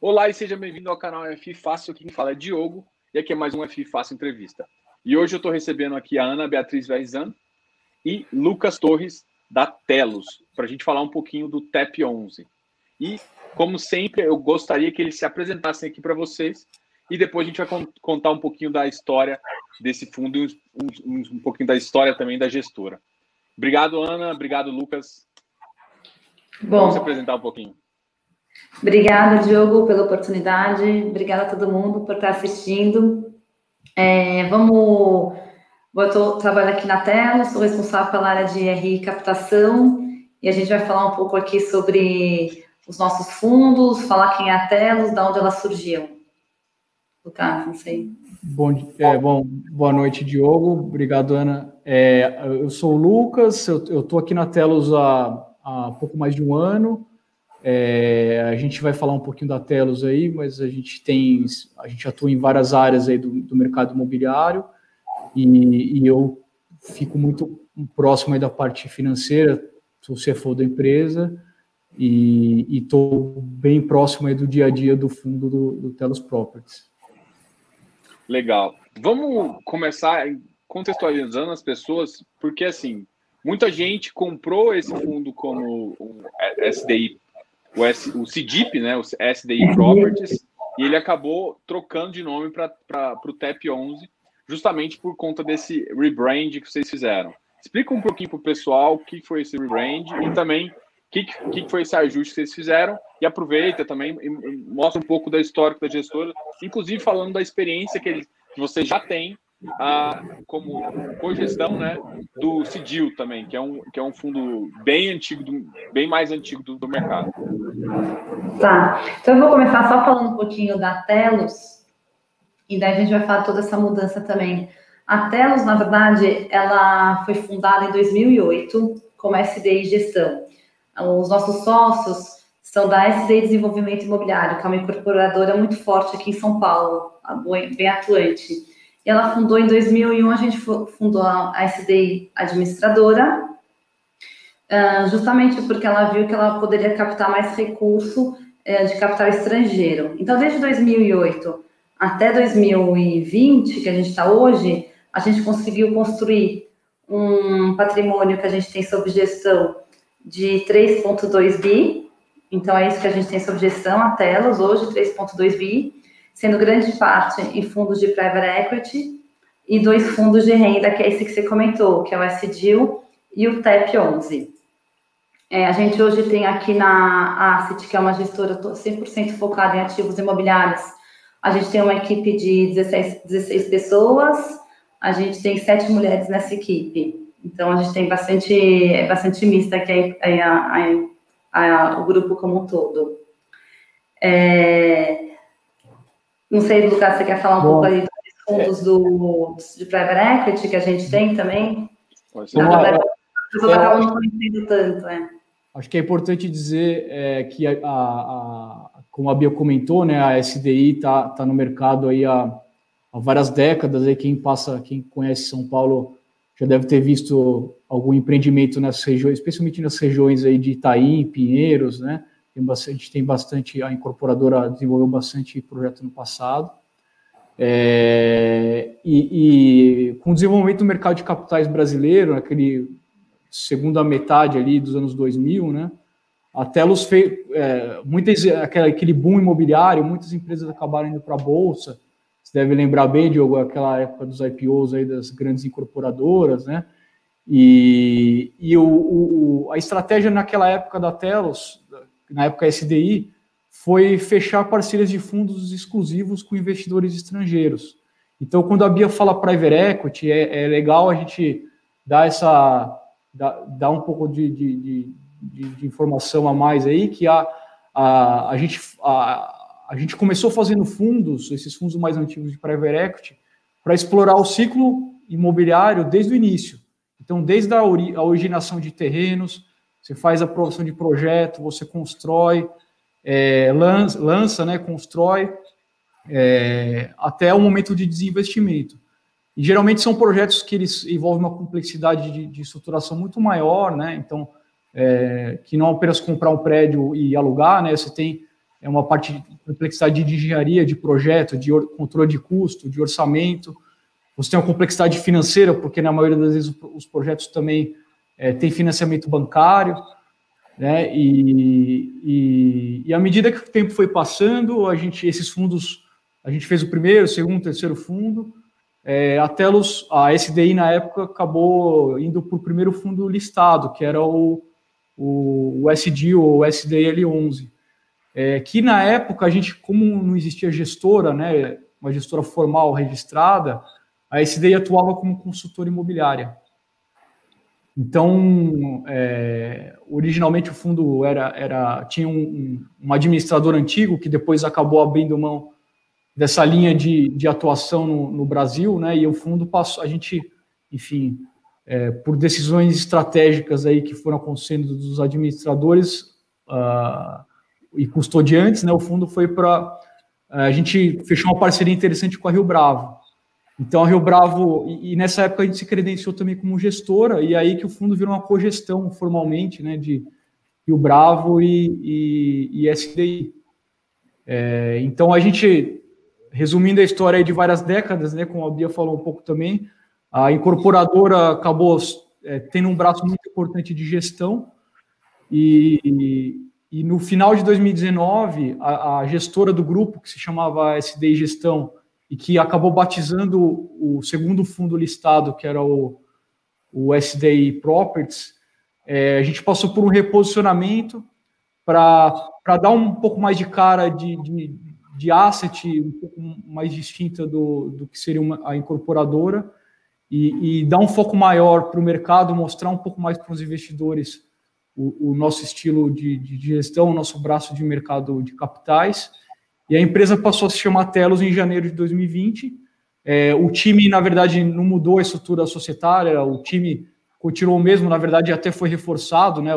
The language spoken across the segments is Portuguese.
Olá e seja bem-vindo ao canal FI Fácil. Aqui quem fala é Diogo e aqui é mais um FI Fácil Entrevista. E hoje eu estou recebendo aqui a Ana Beatriz Veizan e Lucas Torres da Telos para a gente falar um pouquinho do TEP11. E, como sempre, eu gostaria que eles se apresentassem aqui para vocês e depois a gente vai contar um pouquinho da história desse fundo e um pouquinho da história também da gestora. Obrigado, Ana. Obrigado, Lucas. Bom, vamos se apresentar um pouquinho. Obrigada, Diogo, pela oportunidade. Obrigada a todo mundo por estar assistindo. Eu trabalho aqui na Telos, sou responsável pela área de RI e captação, e a gente vai falar um pouco aqui sobre os nossos fundos, falar quem é a Telos, de onde ela surgiu. Lucas, não sei. Boa noite, Diogo. Obrigado, Ana. Eu sou o Lucas, eu estou aqui na Telos há pouco mais de um ano. A gente vai falar um pouquinho da Telos aí, mas a gente atua em várias áreas aí do mercado imobiliário e eu fico muito próximo aí da parte financeira, sou CFO da empresa e estou bem próximo aí do dia a dia do fundo do Telos Properties. Legal. Vamos começar contextualizando as pessoas, porque assim, muita gente comprou esse fundo como um SDI, o CDIP, né, o SDI Properties, e ele acabou trocando de nome para o TEP11, justamente por conta desse rebrand que vocês fizeram. Explica um pouquinho para o pessoal o que foi esse rebrand e também o que foi esse ajuste que vocês fizeram, e aproveita também e mostra um pouco da história da gestora, inclusive falando da experiência que vocês já têm como cogestão, né, do CDIL também, que é um fundo bem antigo, bem mais antigo do mercado. Tá, então eu vou começar só falando um pouquinho da Telos, e daí a gente vai falar toda essa mudança também. A Telos, na verdade, ela foi fundada em 2008 como SDI Gestão. Os nossos sócios são da SDI Desenvolvimento Imobiliário, que é uma incorporadora muito forte aqui em São Paulo, bem atuante. E ela fundou em 2001, a gente fundou a SDI Administradora, justamente porque ela viu que ela poderia captar mais recurso de capital estrangeiro. Então, desde 2008 até 2020, que a gente está hoje, a gente conseguiu construir um patrimônio que a gente tem sob gestão de 3,2 bi. Então, é isso que a gente tem sob gestão, a Telos, hoje, 3,2 bi, sendo grande parte em fundos de private equity e 2 fundos de renda, que é esse que você comentou, que é o SDIL e o TEP11. A gente hoje tem aqui na Asset, que é uma gestora 100% focada em ativos imobiliários, a gente tem uma equipe de 16 pessoas, a gente tem 7 mulheres nessa equipe. Então, a gente tem bastante mista aqui o grupo como um todo. Não sei, Lucas, você quer falar um pouco aí dos fundos de private equity que a gente tem também? As pessoas acabam não conhecendo tanto, Acho que é importante dizer que, como a Bia comentou, né, a SDI tá no mercado aí há várias décadas. Aí quem conhece São Paulo já deve ter visto algum empreendimento nessas regiões, especialmente nas regiões aí de Itaim, Pinheiros, né? A gente tem bastante, a incorporadora desenvolveu bastante projeto no passado. E com o desenvolvimento do mercado de capitais brasileiro, naquele segunda metade ali dos anos 2000, né? A Telos fez aquele boom imobiliário, muitas empresas acabaram indo para a Bolsa. Você deve lembrar bem, Diogo, aquela época dos IPOs aí das grandes incorporadoras, né? E a estratégia naquela época da Telos, na época SDI, foi fechar parcerias de fundos exclusivos com investidores estrangeiros. Então, quando a Bia fala private equity, é legal a gente dar um pouco de informação a mais aí, que a gente começou fazendo fundos, esses fundos mais antigos de private equity, para explorar o ciclo imobiliário desde o início. Então, desde a originação de terrenos, você faz a aprovação de projeto, você constrói, lança, né, constrói, até o momento de desinvestimento. E geralmente são projetos que eles envolvem uma complexidade de estruturação muito maior, né? Então, que não apenas comprar um prédio e alugar, né? Você tem é uma parte de complexidade de engenharia, de projeto, de controle de custo, de orçamento. Você tem uma complexidade financeira, porque na maioria das vezes os projetos também têm financiamento bancário, né? E à medida que o tempo foi passando, esses fundos, a gente fez o primeiro, o segundo, o terceiro fundo. A SDI, na época, acabou indo para o primeiro fundo listado, que era o SD, ou o SDL11. Que na época, como não existia gestora, né, uma gestora formal registrada, a SDI atuava como consultora imobiliária. Então, originalmente o fundo tinha um administrador antigo que depois acabou abrindo mão dessa linha de atuação no Brasil, né? E o fundo passou, a gente, enfim, por decisões estratégicas aí que foram acontecendo dos administradores e custodiantes, né? O fundo foi para a gente fechou uma parceria interessante com a Rio Bravo. Então, a Rio Bravo, e nessa época a gente se credenciou também como gestora, e aí que o fundo virou uma cogestão formalmente, né, de Rio Bravo e SDI. Então, a gente, resumindo a história aí de várias décadas, né, como a Bia falou um pouco também, a incorporadora acabou tendo um braço muito importante de gestão, e no final de 2019, a gestora do grupo, que se chamava SDI Gestão, e que acabou batizando o segundo fundo listado, que era o SDI Properties, a gente passou por um reposicionamento para dar um pouco mais de cara de asset, um pouco mais distinta do que seria a incorporadora, e dar um foco maior para o mercado, mostrar um pouco mais para os investidores o nosso estilo de gestão, o nosso braço de mercado de capitais. E a empresa passou a se chamar Telos em janeiro de 2020. O time, na verdade, não mudou a estrutura societária, o time continuou o mesmo, na verdade, até foi reforçado, né?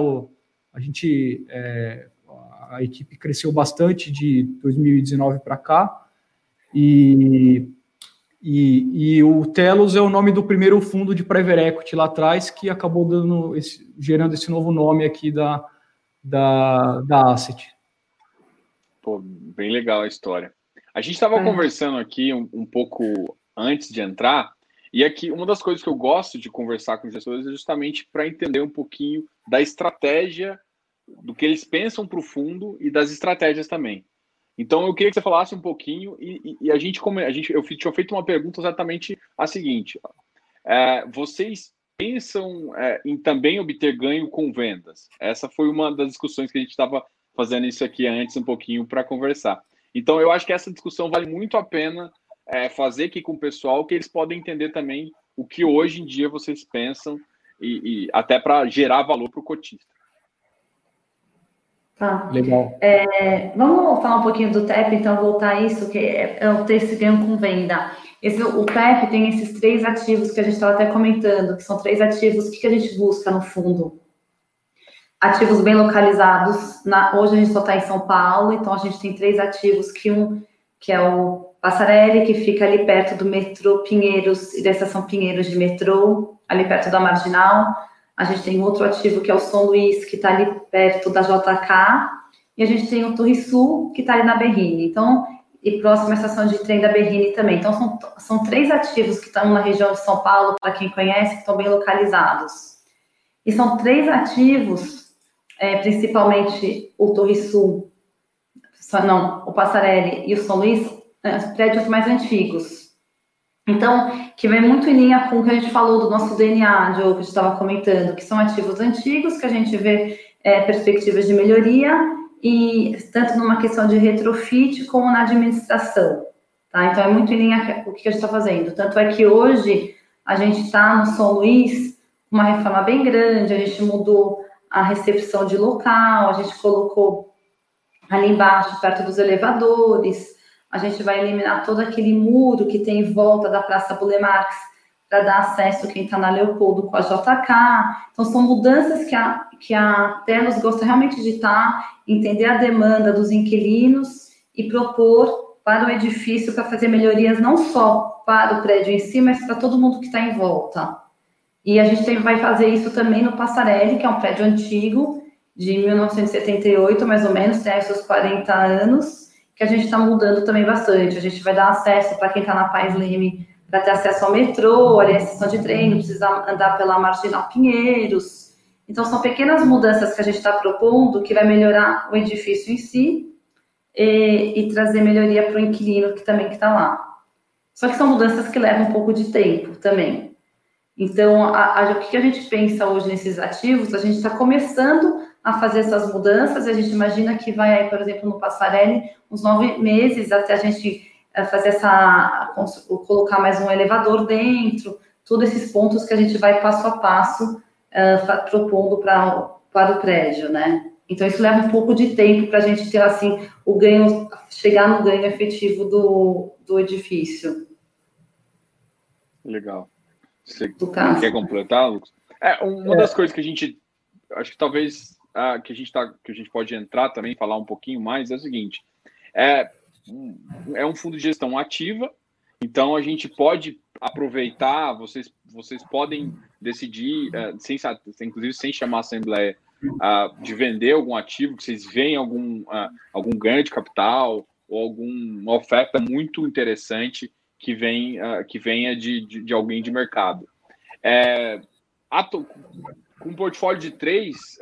A equipe cresceu bastante de 2019 para cá. E o Telos é o nome do primeiro fundo de private equity lá atrás, que acabou gerando esse novo nome aqui da Asset. Pô, bem legal a história. A gente estava conversando aqui um pouco antes de entrar, e aqui uma das coisas que eu gosto de conversar com os gestores é justamente para entender um pouquinho da estratégia, do que eles pensam para o fundo e das estratégias também. Então, eu queria que você falasse um pouquinho, e eu tinha feito uma pergunta exatamente a seguinte: vocês pensam em também obter ganho com vendas? Essa foi uma das discussões que a gente estava fazendo isso aqui antes um pouquinho para conversar. Então, eu acho que essa discussão vale muito a pena fazer aqui com o pessoal, que eles podem entender também o que hoje em dia vocês pensam, e até para gerar valor para o cotista. Tá. Legal. Vamos falar um pouquinho do TEP, então, voltar a isso, que é o ter esse ganho com venda. O TEP tem esses 3 ativos que a gente estava até comentando, que são 3 ativos que a gente busca no fundo. Ativos bem localizados. Hoje a gente só está em São Paulo, então a gente tem 3 ativos, que é o Passarelli, que fica ali perto do metrô Pinheiros e da estação Pinheiros de metrô, ali perto da Marginal. A gente tem outro ativo, que é o São Luís, que está ali perto da JK, e a gente tem o Torre Sul, que está ali na Berrini, então, e próxima à estação de trem da Berrini também. Então, são 3 ativos que estão na região de São Paulo, para quem conhece, que estão bem localizados. E são 3 ativos, principalmente o Torre Sul, o Passarelli e o São Luís, prédios mais antigos. Então, que vem muito em linha com o que a gente falou do nosso DNA, Diogo, que a gente estava comentando, que são ativos antigos, que a gente vê perspectivas de melhoria, e tanto numa questão de retrofit como na administração. Tá? Então, é muito em linha com o que a gente está fazendo. Tanto é que hoje a gente está no São Luís, uma reforma bem grande, a gente mudou a recepção de local, a gente colocou ali embaixo, perto dos elevadores, a gente vai eliminar todo aquele muro que tem em volta da Praça Burle Marx para dar acesso a quem está na Leopoldo com a JK. Então, são mudanças que a Telos gosta realmente de entender a demanda dos inquilinos e propor para o edifício para fazer melhorias não só para o prédio em si, mas para todo mundo que está em volta. E a gente vai fazer isso também no Passarelli, que é um prédio antigo, de 1978, mais ou menos, tem aí seus 40 anos, que a gente está mudando também bastante. A gente vai dar acesso para quem está na Paz Leme, para ter acesso ao metrô, ali a estação de trem, não precisa andar pela Marginal Pinheiros. Então, são pequenas mudanças que a gente está propondo que vai melhorar o edifício em si e trazer melhoria para o inquilino que está lá. Só que são mudanças que levam um pouco de tempo também. Então, o que a gente pensa hoje nesses ativos? A gente está começando a fazer essas mudanças e a gente imagina que vai aí, por exemplo, no Passarelli, uns 9 meses até a gente fazer colocar mais um elevador dentro, todos esses pontos que a gente vai passo a passo propondo para o prédio, né? Então, isso leva um pouco de tempo para a gente ter, assim, o ganho, chegar no ganho efetivo do edifício. Legal. Você quer completar, Lucas? Uma das coisas que a gente, acho que talvez que a gente pode entrar também, falar um pouquinho mais, é o seguinte, é um fundo de gestão ativa, então a gente pode aproveitar, vocês podem decidir, inclusive sem chamar a Assembleia, de vender algum ativo, que vocês veem algum ganho de capital ou alguma oferta muito interessante que venha de alguém de mercado. Com um portfólio de três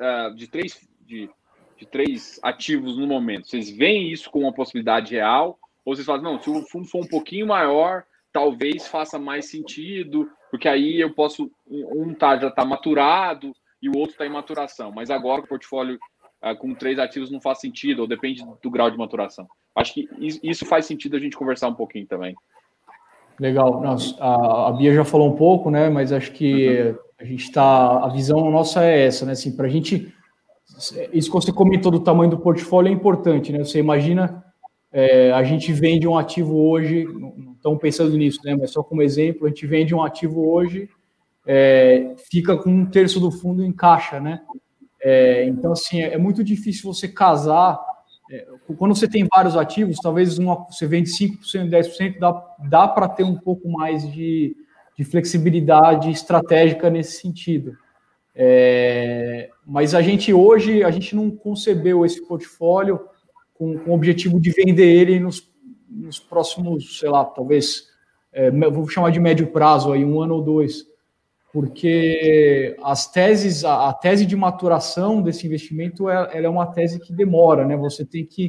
ativos no momento, vocês veem isso como uma possibilidade real? Ou vocês falam, não, se o fundo for um pouquinho maior, talvez faça mais sentido, porque aí eu posso, já está maturado e o outro está em maturação, mas agora o portfólio com 3 ativos não faz sentido, ou depende do grau de maturação. Acho que isso faz sentido a gente conversar um pouquinho também. Legal. A Bia já falou um pouco, né? Mas acho que a visão nossa é essa, né? Assim, para a gente, isso que você comentou do tamanho do portfólio é importante, né? Você imagina, a gente vende um ativo hoje, não estamos pensando nisso, né? Mas só como exemplo, a gente vende um ativo hoje, fica com 1/3 do fundo em caixa, né? Então, assim, é muito difícil você casar. Quando você tem vários ativos, talvez você vende 5%, 10%, dá para ter um pouco mais de flexibilidade estratégica nesse sentido. Mas a gente não concebeu esse portfólio com o objetivo de vender ele nos próximos, sei lá, talvez, vou chamar de médio prazo, aí, 1 ano ou 2, porque a tese de maturação desse investimento ela é uma tese que demora, né? Você tem que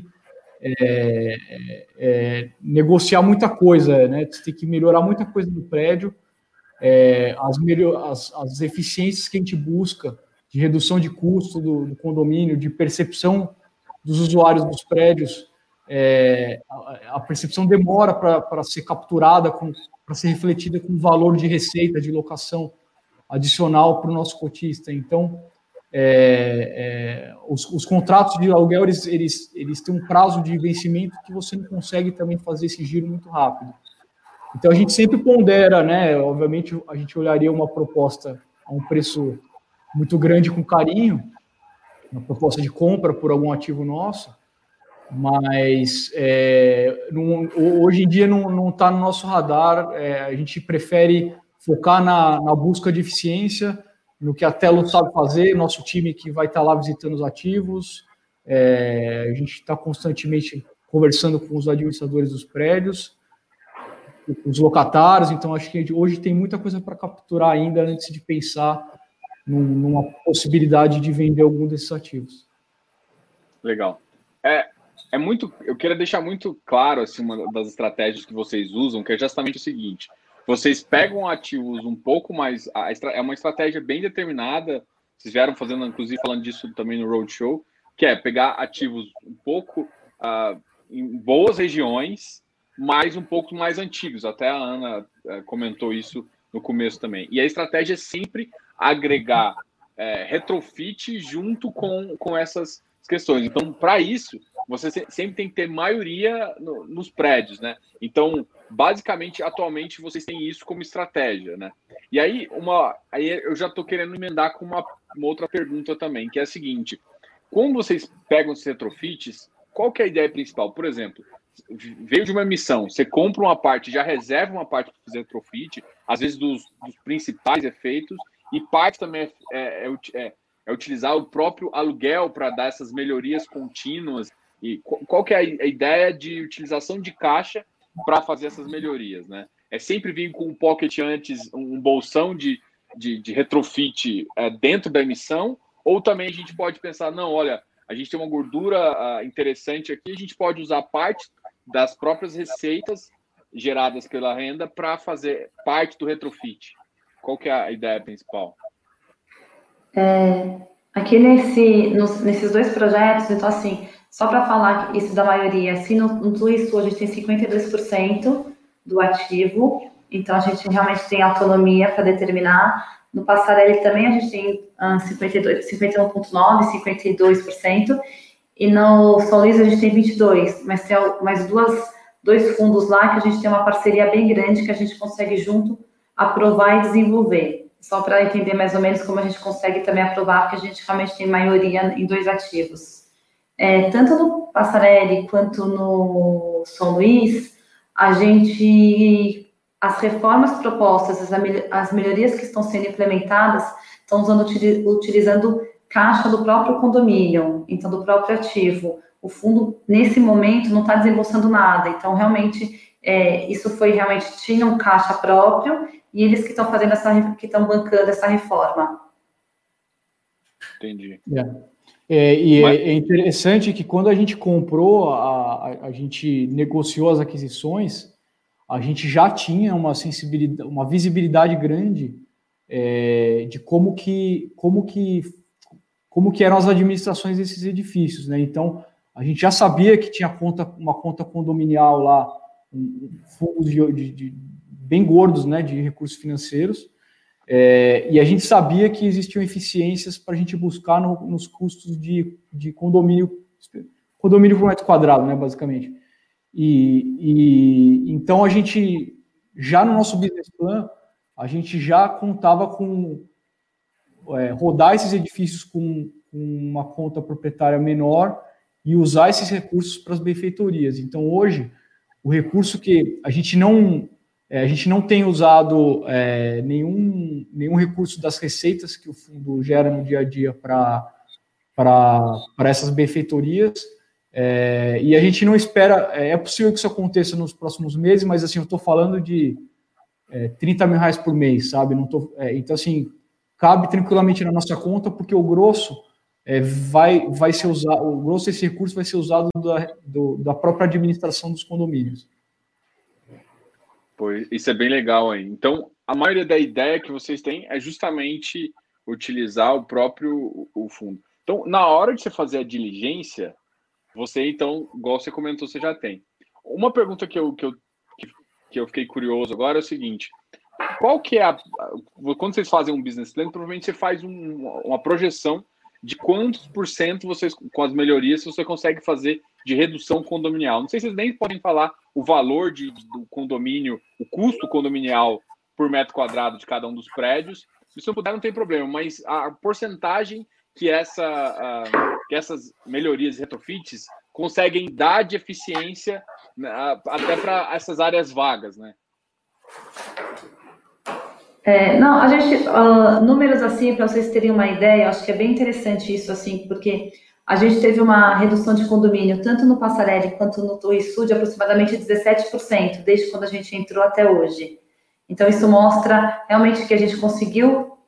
negociar muita coisa, né? Você tem que melhorar muita coisa no prédio, as eficiências que a gente busca de redução de custo do condomínio, de percepção dos usuários dos prédios, a percepção demora para ser capturada, para ser refletida com valor de receita, de locação adicional para o nosso cotista. Então, os contratos de aluguel, eles têm um prazo de vencimento que você não consegue também fazer esse giro muito rápido. Então, a gente sempre pondera, né? Obviamente, a gente olharia uma proposta a um preço muito grande com carinho, uma proposta de compra por algum ativo nosso, mas hoje em dia não está no nosso radar. A gente prefere focar na busca de eficiência, no que a Telo sabe fazer, nosso time que vai estar lá visitando os ativos. A gente está constantemente conversando com os administradores dos prédios, com os locatários, então acho que hoje tem muita coisa para capturar ainda antes de pensar numa possibilidade de vender algum desses ativos. Legal. Eu queria deixar muito claro assim, uma das estratégias que vocês usam, que é justamente o seguinte: vocês pegam ativos um pouco mais... É uma estratégia bem determinada, vocês vieram fazendo, inclusive falando disso também no Roadshow, que é pegar ativos um pouco em boas regiões, mas um pouco mais antigos. Até a Ana comentou isso no começo também. E a estratégia é sempre agregar retrofit junto com essas questões. Então, para isso, você sempre tem que ter maioria nos prédios, né? Então, basicamente, atualmente, vocês têm isso como estratégia, né? E aí, eu já estou querendo emendar com uma outra pergunta também, que é a seguinte: como vocês pegam esses retrofits, qual que é a ideia principal? Por exemplo, veio de uma emissão, você compra uma parte, já reserva uma parte para fazer retrofit, às vezes dos principais efeitos, e parte também É utilizar o próprio aluguel para dar essas melhorias contínuas? E qual que é a ideia de utilização de caixa para fazer essas melhorias, né? É sempre vir com um pocket antes, um bolsão de retrofit dentro da emissão, ou também a gente pode pensar, não, olha, a gente tem uma gordura interessante aqui, a gente pode usar parte das próprias receitas geradas pela renda para fazer parte do retrofit. Qual que é a ideia principal? Aqui nesses dois projetos, então assim, só para falar isso da maioria, assim, no Tuiçu a gente tem 52% do ativo, então a gente realmente tem autonomia para determinar. No Passarelli também a gente tem 51,9%, 52%, e no São Luís a gente tem 22%, mas tem mais dois fundos lá que a gente tem uma parceria bem grande que a gente consegue junto aprovar e desenvolver. Só para entender mais ou menos como a gente consegue também aprovar, porque a gente realmente tem maioria em dois ativos. Tanto no Passarelli quanto no São Luís, as reformas propostas, as melhorias que estão sendo implementadas, estão utilizando caixa do próprio condomínio, então do próprio ativo. O fundo, nesse momento, não está desembolsando nada, então realmente isso foi realmente, tinha um caixa próprio, e eles que estão fazendo que estão bancando essa reforma. Entendi. É interessante que quando a gente comprou, a gente negociou as aquisições, a gente já tinha uma sensibilidade, uma visibilidade grande de como que eram as administrações desses edifícios, né? Então, a gente já sabia que tinha uma conta condominial lá, fundos bem gordos, né, de recursos financeiros, e a gente sabia que existiam eficiências para a gente buscar nos custos de condomínio por metro quadrado, né, basicamente. Então a gente já no nosso business plan a gente já contava com rodar esses edifícios com uma conta proprietária menor e usar esses recursos para as benfeitorias. Então hoje o recurso que a gente não tem usado nenhum recurso das receitas que o fundo gera no dia a dia para essas benfeitorias, e a gente não espera, é possível que isso aconteça nos próximos meses, mas assim, eu estou falando de R$30 mil por mês, sabe? Então, assim, cabe tranquilamente na nossa conta, porque o grosso vai ser usado, o grosso desse recurso vai ser usado da própria administração dos condomínios. Pois, isso é bem legal aí. Então, a maioria da ideia que vocês têm é justamente utilizar o próprio fundo. Então, na hora de você fazer a diligência, você, então, igual você comentou, você já tem. Uma pergunta que eu fiquei curioso agora é o seguinte: qual que é quando vocês fazem um business plan, provavelmente você faz uma projeção de quantos por cento vocês, com as melhorias, você consegue fazer de redução condominial. Não sei se vocês nem podem falar o valor do condomínio, o custo condominial por metro quadrado de cada um dos prédios. Se não puder, não tem problema, mas a porcentagem que essas melhorias e retrofits conseguem dar de eficiência, né, até para essas áreas vagas, né? Não, a gente, números assim, para vocês terem uma ideia, eu acho que é bem interessante isso, assim, porque a gente teve uma redução de condomínio, tanto no Passarelli quanto no Tuiçu, de aproximadamente 17%, desde quando a gente entrou até hoje. Então, isso mostra realmente que a gente conseguiu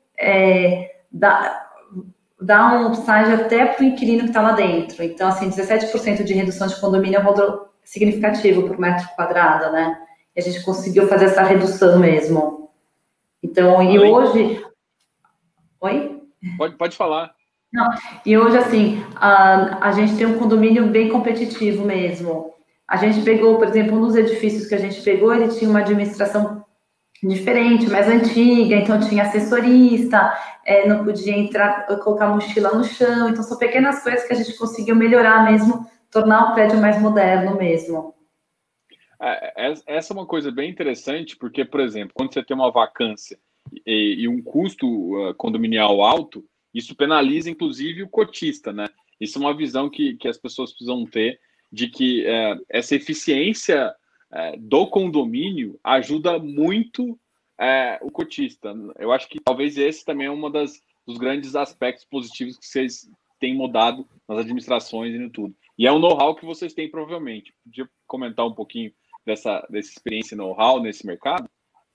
dar um upside até para o inquilino que está lá dentro. Então, assim, 17% de redução de condomínio é um valor significativo por metro quadrado, né? E a gente conseguiu fazer essa redução mesmo. Então, e hoje... Oi? Pode falar. Não, e hoje, assim, a gente tem um condomínio bem competitivo mesmo. A gente pegou, por exemplo, um dos edifícios que a gente pegou, ele tinha uma administração diferente, mais antiga, então tinha assessorista, não podia entrar, colocar mochila no chão, então são pequenas coisas que a gente conseguiu melhorar mesmo, tornar o prédio mais moderno mesmo. Essa é uma coisa bem interessante, porque, por exemplo, quando você tem uma vacância e um custo condominial alto, isso penaliza, inclusive, o cotista, né? Isso é uma visão que as pessoas precisam ter, de que essa eficiência do condomínio ajuda muito o cotista. Eu acho que talvez esse também é uma dos dos grandes aspectos positivos que vocês têm mudado nas administrações e no tudo. E é um know-how que vocês têm, provavelmente. Podia comentar um pouquinho dessa experiência know-how nesse mercado?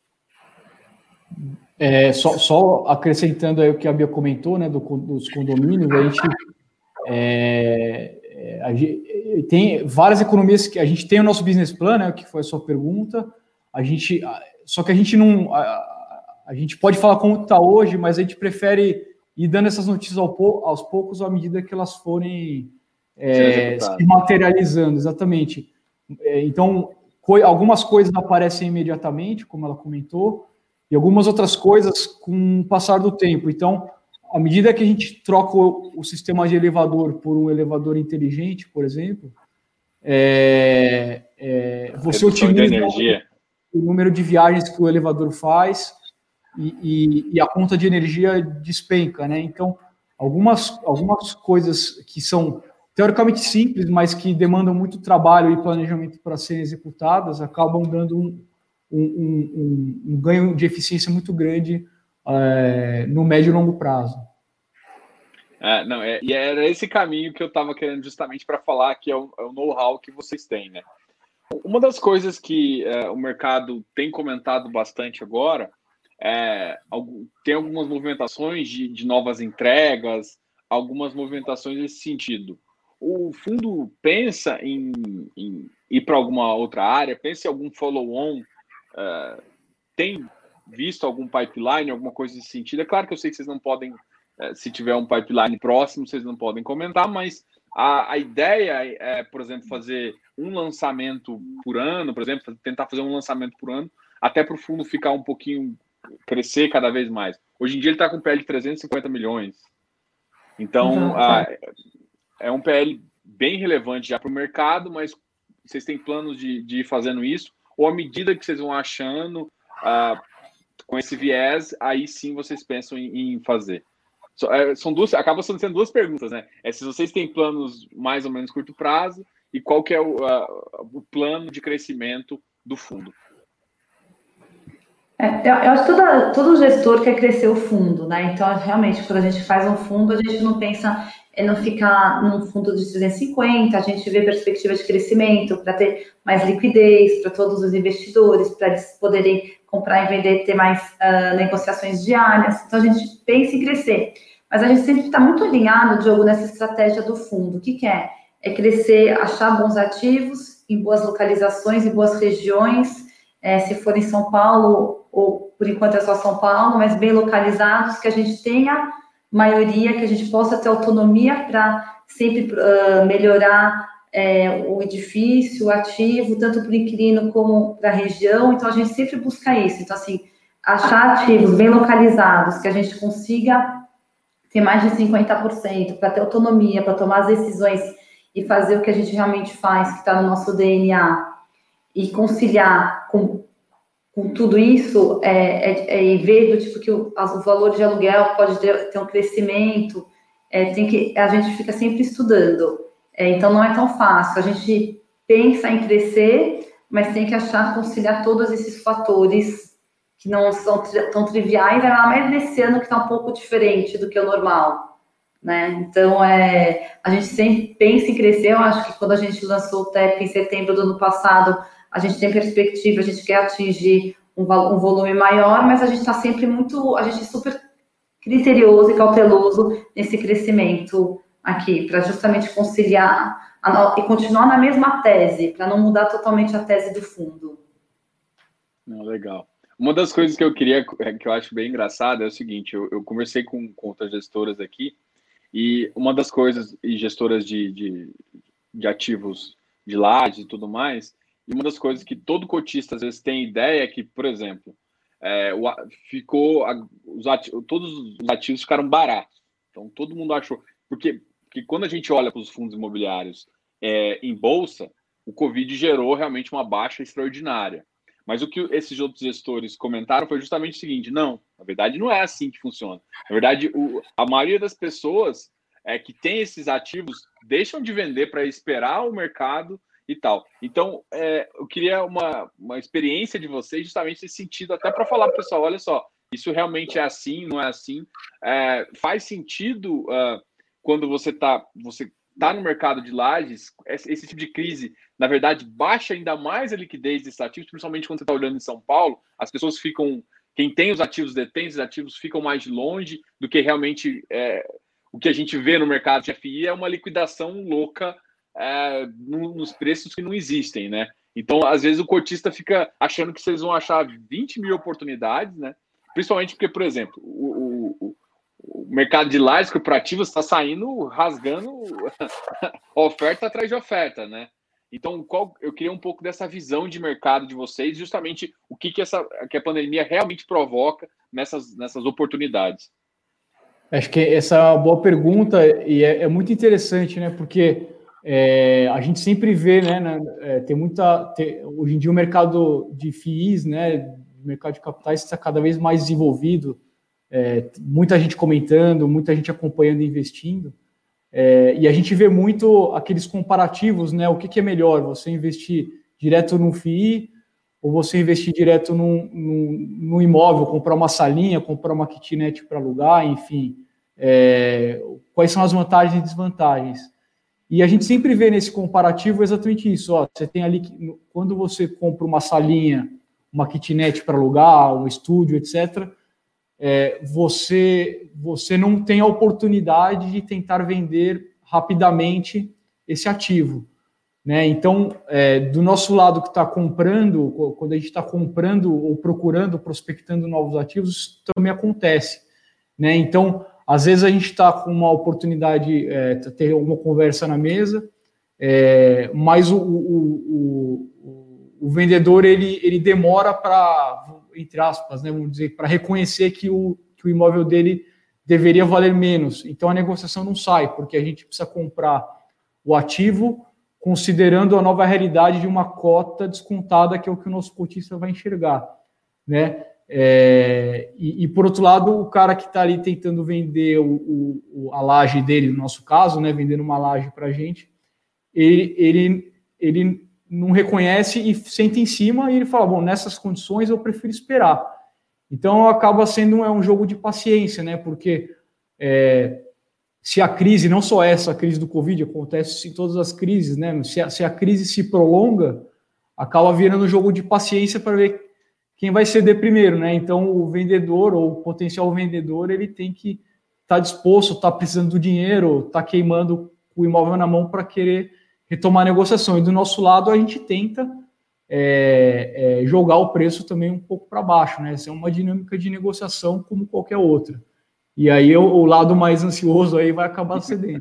Só acrescentando aí o que a Bia comentou, né, dos condomínios, a gente tem várias economias que a gente tem o nosso business plan, né, que foi a sua pergunta. Só que a gente não, a gente pode falar como está hoje, mas a gente prefere ir dando essas notícias aos poucos à medida que elas forem se materializando, exatamente. Então, algumas coisas aparecem imediatamente, como ela comentou, e algumas outras coisas com o passar do tempo. Então, à medida que a gente troca o sistema de elevador por um elevador inteligente, por exemplo, você otimiza o número de viagens que o elevador faz e a conta de energia despenca, né? Então, algumas coisas que são teoricamente simples, mas que demandam muito trabalho e planejamento para serem executadas, acabam dando um ganho de eficiência muito grande no médio e longo prazo. E era esse caminho que eu estava querendo justamente para falar, que é o know-how que vocês têm, né? Uma das coisas que o mercado tem comentado bastante agora tem algumas movimentações de novas entregas, algumas movimentações nesse sentido. O fundo pensa em ir para alguma outra área, pensa em algum follow-on, tem visto algum pipeline, alguma coisa nesse sentido? É claro que eu sei que vocês não podem, se tiver um pipeline próximo, vocês não podem comentar, mas a ideia é, por exemplo, fazer um lançamento por ano, por exemplo, tentar fazer um lançamento por ano, até para o fundo ficar um pouquinho, crescer cada vez mais. Hoje em dia ele está com um PL de 350 milhões. Então, é um PL bem relevante já para o mercado, mas vocês têm planos de ir fazendo isso? Ou à medida que vocês vão achando, com esse viés, aí sim vocês pensam em fazer? Acabam sendo duas perguntas, né? Se vocês têm planos mais ou menos curto prazo e qual que é o plano de crescimento do fundo. Eu acho que todo gestor quer crescer o fundo, né? Então, realmente, quando a gente faz um fundo, a gente não pensa em não ficar num fundo de 350, a gente vê perspectiva de crescimento para ter mais liquidez para todos os investidores, para eles poderem comprar e vender, ter mais negociações diárias. Então, a gente pensa em crescer. Mas a gente sempre está muito alinhado, Diogo, nessa estratégia do fundo. O que é? É crescer, achar bons ativos em boas localizações, em boas regiões, se for em São Paulo, ou por enquanto é só São Paulo, mas bem localizados, que a gente tenha maioria, que a gente possa ter autonomia para sempre melhorar o edifício, o ativo, tanto para o inquilino como para a região. Então, a gente sempre busca isso. Então, assim, achar ativos bem localizados, que a gente consiga ter mais de 50%, para ter autonomia, para tomar as decisões e fazer o que a gente realmente faz, que está no nosso DNA, e conciliar com tudo isso, e ver do tipo que o valor de aluguel pode ter um crescimento, a gente fica sempre estudando. Então, não é tão fácil. A gente pensa em crescer, mas tem que conciliar todos esses fatores que não são tão triviais, ainda mais nesse ano que está um pouco diferente do que o normal, né? Então, a gente sempre pensa em crescer. Eu acho que quando a gente lançou o TEP em setembro do ano passado, a gente tem perspectiva, a gente quer atingir um volume maior, mas a gente está sempre a gente é super criterioso e cauteloso nesse crescimento aqui, para justamente conciliar e continuar na mesma tese, para não mudar totalmente a tese do fundo. Legal. Uma das coisas que eu acho bem engraçada é o seguinte, eu conversei com outras gestoras aqui, e uma das coisas, e gestoras de ativos de lajes e tudo mais, e uma das coisas que todo cotista às vezes tem ideia é que, por exemplo, todos os ativos ficaram baratos. Então, todo mundo achou... Porque quando a gente olha para os fundos imobiliários em bolsa, o Covid gerou realmente uma baixa extraordinária. Mas o que esses outros gestores comentaram foi justamente o seguinte: não, na verdade não é assim que funciona. Na verdade, a maioria das pessoas que tem esses ativos deixam de vender para esperar o mercado e tal. Então, eu queria uma experiência de vocês justamente nesse sentido, até para falar para o pessoal, olha só, Isso realmente é assim, não é assim? Faz sentido quando você tá no mercado de lajes, esse tipo de crise, na verdade, baixa ainda mais a liquidez desses ativos, principalmente quando você está olhando em São Paulo, as pessoas ficam, quem tem os ativos, detém os ativos, ficam mais longe do que realmente o que a gente vê no mercado de FI é uma liquidação louca nos preços que não existem, né? Então, às vezes, o cotista fica achando que vocês vão achar 20 mil oportunidades, né? Principalmente porque, por exemplo, o mercado de lajes corporativas está saindo rasgando oferta atrás de oferta, né? Então, eu queria um pouco dessa visão de mercado de vocês, justamente o que a pandemia realmente provoca nessas oportunidades. Acho que essa é uma boa pergunta e é muito interessante, né? Porque a gente sempre vê, né? Hoje em dia o mercado de FIIs, né? O mercado de capitais está cada vez mais desenvolvido. Muita gente comentando, muita gente acompanhando e investindo. E a gente vê muito aqueles comparativos, né? O que é melhor, você investir direto no FII ou você investir direto num imóvel, comprar uma salinha, comprar uma kitnet para alugar, enfim. Quais são as vantagens e desvantagens? E a gente sempre vê nesse comparativo exatamente isso. Você tem ali, quando você compra uma salinha, uma kitnet para alugar, um estúdio, etc., você não tem a oportunidade de tentar vender rapidamente esse ativo, né? Então, do nosso lado que está comprando, quando a gente está comprando ou procurando, prospectando novos ativos, isso também acontece, né? Então, às vezes a gente está com uma oportunidade, ter alguma conversa na mesa, mas o vendedor ele demora para, entre aspas, né, vamos dizer, para reconhecer que o imóvel dele deveria valer menos. Então a negociação não sai, porque a gente precisa comprar o ativo considerando a nova realidade de uma cota descontada, que é o que o nosso cotista vai enxergar, né? E por outro lado, o cara que está ali tentando vender a laje dele, no nosso caso, né, vendendo uma laje para a gente, ele não reconhece e senta em cima e ele fala, bom, nessas condições eu prefiro esperar. Então acaba sendo um jogo de paciência, né? Porque se a crise, não só essa crise do Covid, acontece em todas as crises, né? Se a crise se prolonga, acaba virando um jogo de paciência para ver quem vai ceder primeiro, né? Então o vendedor ou o potencial vendedor, ele tem que estar disposto, estar precisando do dinheiro, estar queimando o imóvel na mão para querer retomar a negociação. E do nosso lado, a gente tenta jogar o preço também um pouco para baixo, né? Essa é uma dinâmica de negociação como qualquer outra. E aí o lado mais ansioso aí vai acabar cedendo.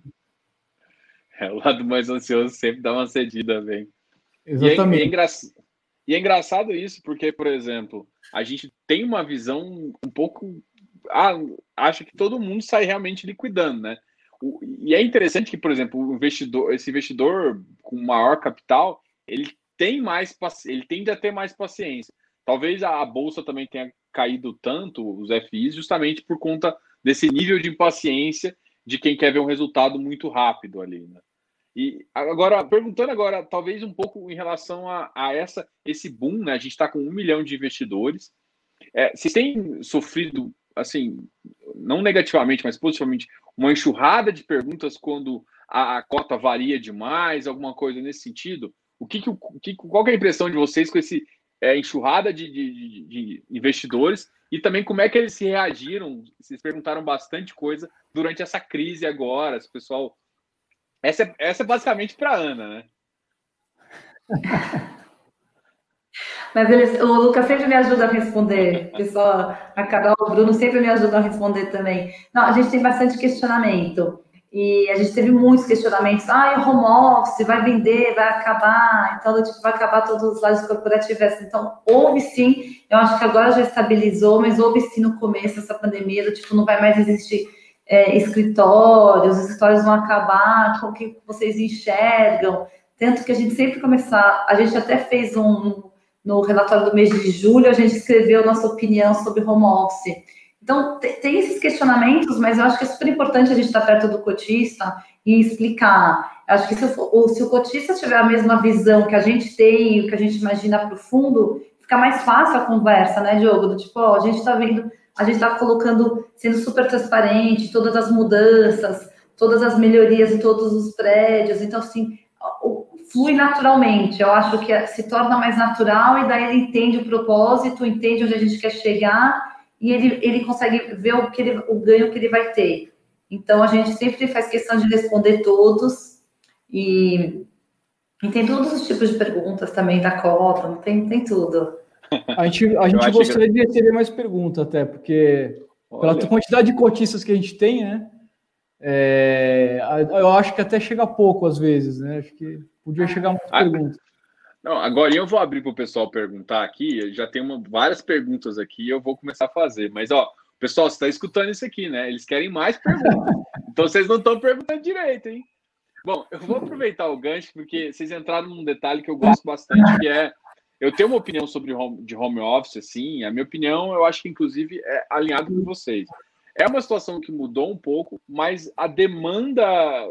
O lado mais ansioso sempre dá uma cedida, bem. Exatamente. E é engraçado isso, porque, por exemplo, a gente tem uma visão um pouco... acha que todo mundo sai realmente liquidando, né? E é interessante que, por exemplo, esse investidor com maior capital, ele tende a ter mais paciência. Talvez a bolsa também tenha caído tanto, os FIs, justamente por conta desse nível de impaciência de quem quer ver um resultado muito rápido ali, né? E agora, perguntando agora, talvez um pouco em relação a esse boom, né? A gente está com 1 milhão de investidores. Vocês têm sofrido, assim, não negativamente, mas positivamente, uma enxurrada de perguntas quando a cota varia demais, alguma coisa nesse sentido? Qual que é a impressão de vocês com esse enxurrada de investidores e também como é que eles se reagiram? Vocês perguntaram bastante coisa durante essa crise agora, esse pessoal... Essa é basicamente para a Ana, né? Mas o Lucas sempre me ajuda a responder. Pessoal, a Carol, o Bruno sempre me ajudam a responder também. Não, a gente tem bastante questionamento. E a gente teve muitos questionamentos. O home office vai vender, vai acabar. Então, vai acabar todos os lajes corporativos. Então, houve sim. Eu acho que agora já estabilizou, mas houve sim no começo essa pandemia. Não vai mais existir escritórios, os escritórios vão acabar. Com o que vocês enxergam? Tanto que a gente sempre a gente até fez no relatório do mês de julho, a gente escreveu nossa opinião sobre home office. Então, tem esses questionamentos, mas eu acho que é super importante a gente estar perto do cotista e explicar. Eu acho que se o cotista tiver a mesma visão que a gente tem, o que a gente imagina para o fundo, fica mais fácil a conversa, né, Diogo? Do tipo, a gente está vendo a gente está colocando, sendo super transparente, todas as mudanças, todas as melhorias em todos os prédios. Então, assim, flui naturalmente. Eu acho que se torna mais natural e daí ele entende o propósito, entende onde a gente quer chegar e ele consegue ver o ganho que ele vai ter. Então, a gente sempre faz questão de responder todos e tem todos os tipos de perguntas também da Cobra, tem tudo. A gente gostaria de receber mais perguntas até, porque pela quantidade de cotistas que a gente tem, né? Eu acho que até chega pouco às vezes, né? Acho que podia chegar mais perguntas. Não, agora eu vou abrir para o pessoal perguntar aqui. Já tem várias perguntas aqui, eu vou começar a fazer. Mas, pessoal, você está escutando isso aqui, né? Eles querem mais perguntas. Então, vocês não estão perguntando direito, hein? Bom, eu vou aproveitar o gancho, porque vocês entraram num detalhe que eu gosto bastante, que é... Eu tenho uma opinião sobre home office, assim. A minha opinião, eu acho que, inclusive, é alinhado com vocês. É uma situação que mudou um pouco, mas a demanda...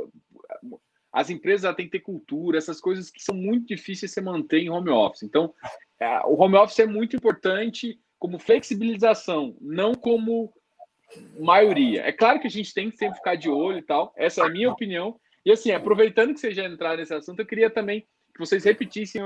As empresas têm que ter cultura, essas coisas que são muito difíceis de se manter em home office. Então, o home office é muito importante como flexibilização, não como maioria. É claro que a gente tem que sempre ficar de olho e tal. Essa é a minha opinião. E, assim, aproveitando que vocês já entraram nesse assunto, eu queria também que vocês repetissem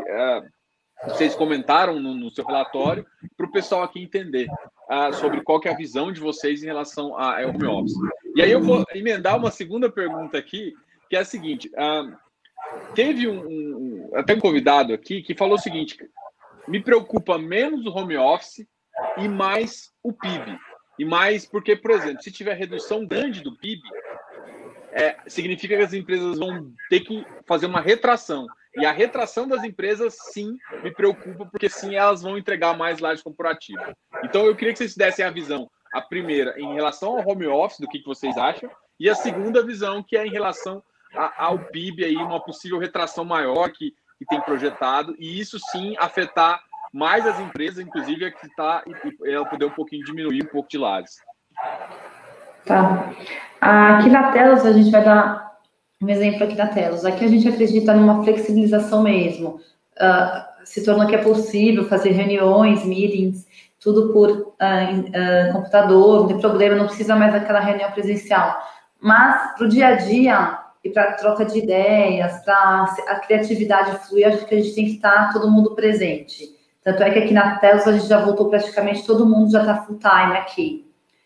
vocês comentaram no seu relatório para o pessoal aqui entender sobre qual que é a visão de vocês em relação a home office. E aí eu vou emendar uma segunda pergunta aqui, que é a seguinte. Teve até um convidado aqui que falou o seguinte: me preocupa menos o home office e mais o PIB. E mais porque, por exemplo, se tiver redução grande do PIB, significa que as empresas vão ter que fazer uma retração. E a retração das empresas, sim, me preocupa, porque sim, elas vão entregar mais laje corporativa. Então, eu queria que vocês dessem a visão, a primeira, em relação ao home office, do que vocês acham, e a segunda visão, que é em relação ao PIB, aí, uma possível retração maior que tem projetado, e isso sim afetar mais as empresas, inclusive e ela poder um pouquinho diminuir um pouco de lajes. Tá. Aqui na Telos, a gente vai dar um exemplo aqui na Telos. Aqui a gente acredita numa flexibilização mesmo. Se tornou que é possível fazer reuniões, meetings, tudo por computador, não tem problema, não precisa mais daquela reunião presencial. Mas para o dia a dia e para a troca de ideias, para a criatividade fluir, acho que a gente tem que estar todo mundo presente. Tanto é que aqui na Telos a gente já voltou praticamente, todo mundo já está full time aqui.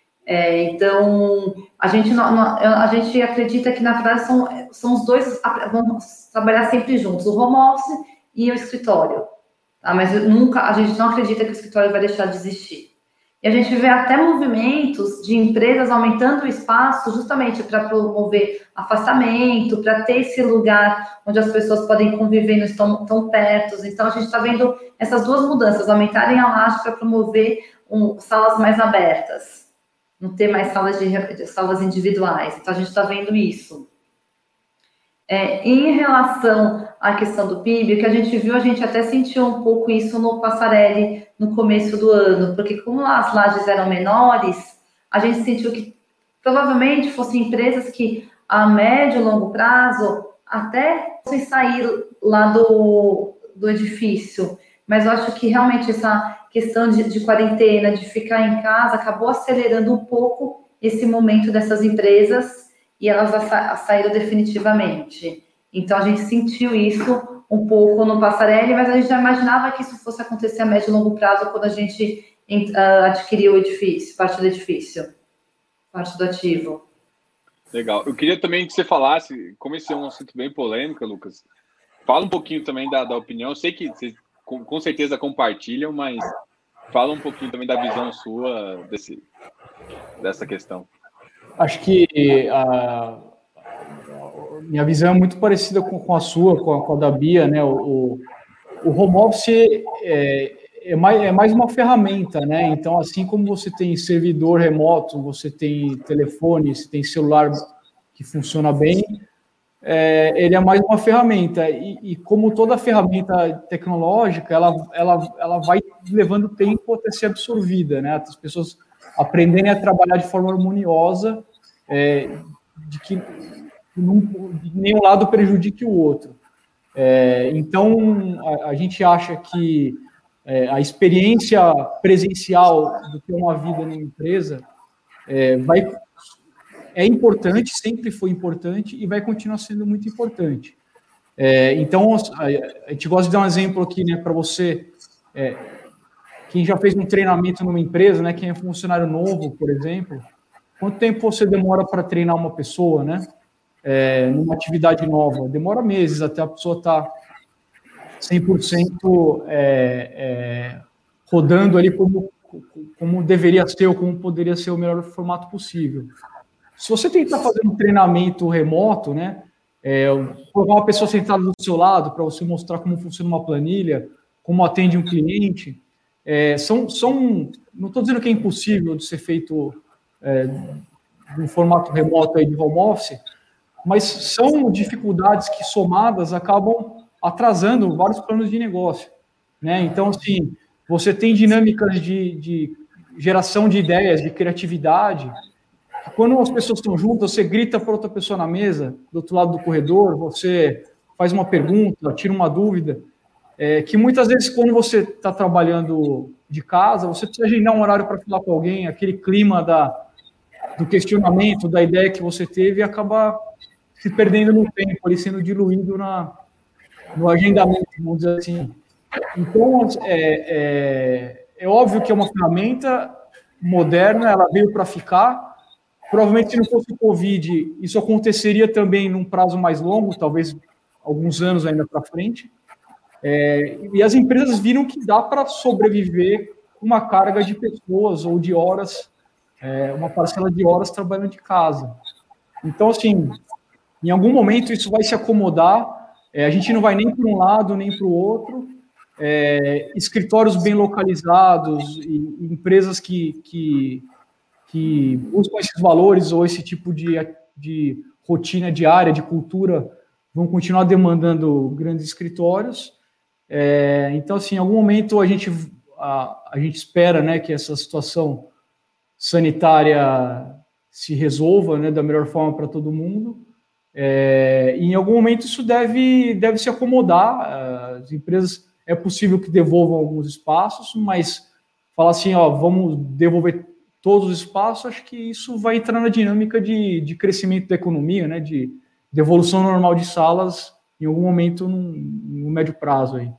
Então, a gente acredita que, na verdade, são os dois, vamos trabalhar sempre juntos, o home office e o escritório. Tá? Mas a gente não acredita que o escritório vai deixar de existir. E a gente vê até movimentos de empresas aumentando o espaço justamente para promover afastamento, para ter esse lugar onde as pessoas podem conviver e não estão tão perto. Então, a gente está vendo essas duas mudanças, aumentarem a laje para promover salas mais abertas. Não ter mais salas individuais. Então, a gente está vendo isso. Em relação à questão do PIB, o que a gente viu, a gente até sentiu um pouco isso no Passarelli no começo do ano, porque como as lajes eram menores, a gente sentiu que provavelmente fossem empresas que a médio e longo prazo até fossem sair lá do edifício. Mas eu acho que realmente essa questão de quarentena, de ficar em casa, acabou acelerando um pouco esse momento dessas empresas e elas saíram definitivamente. Então, a gente sentiu isso um pouco no Passarelli, mas a gente já imaginava que isso fosse acontecer a médio e longo prazo quando a gente adquiriu o edifício, parte do edifício, parte do ativo. Legal. Eu queria também que você falasse, como esse é um assunto bem polêmico, Lucas, fala um pouquinho também da opinião. Eu sei que vocês com certeza compartilham, mas fala um pouquinho também da visão sua dessa questão. Acho que minha visão é muito parecida com a sua, com a da Bia, né? O home office é mais uma ferramenta, né? Então, assim como você tem servidor remoto, você tem telefone, você tem celular que funciona bem, ele é mais uma ferramenta. E como toda ferramenta tecnológica, ela vai levando tempo até ser absorvida, né? As pessoas aprenderem a trabalhar de forma harmoniosa, de que nenhum lado prejudique o outro. Então, a gente acha que a experiência presencial do que é uma vida numa empresa é importante, sempre foi importante e vai continuar sendo muito importante. Então, a gente gosta de dar um exemplo aqui, né, para você, quem já fez um treinamento numa empresa, né, quem é funcionário novo, por exemplo, quanto tempo você demora para treinar uma pessoa, né, numa atividade nova? Demora meses até a pessoa estar 100% rodando ali como deveria ser ou como poderia ser o melhor formato possível. Se você tentar fazer um treinamento remoto, né, colocar uma pessoa sentada do seu lado para você mostrar como funciona uma planilha, como atende um cliente, não estou dizendo que é impossível de ser feito de um formato remoto aí de home office, mas são dificuldades que somadas acabam atrasando vários planos de negócio, né? Então, assim, você tem dinâmicas de geração de ideias, de criatividade. Quando as pessoas estão juntas, você grita para outra pessoa na mesa, do outro lado do corredor, você faz uma pergunta, tira uma dúvida, que muitas vezes, quando você está trabalhando de casa, você precisa agendar um horário para falar com alguém, aquele clima do questionamento, da ideia que você teve, e acaba se perdendo no tempo, ali sendo diluído no agendamento, vamos dizer assim. Então, é óbvio que é uma ferramenta moderna, ela veio para ficar. Provavelmente, se não fosse o Covid, isso aconteceria também num prazo mais longo, talvez alguns anos ainda para frente. E as empresas viram que dá para sobreviver com uma carga de pessoas ou de horas, uma parcela de horas trabalhando de casa. Então, assim, em algum momento isso vai se acomodar, a gente não vai nem para um lado nem para o outro. Escritórios bem localizados e empresas que buscam esses valores ou esse tipo de rotina diária, de cultura, vão continuar demandando grandes escritórios. Então, assim, em algum momento a gente espera, né, que essa situação sanitária se resolva, né, da melhor forma para todo mundo. E em algum momento isso deve se acomodar. As empresas, é possível que devolvam alguns espaços, mas falar assim, vamos devolver todos os espaços, acho que isso vai entrar na dinâmica de crescimento da economia, né, de devolução normal de salas em algum momento no médio prazo aí.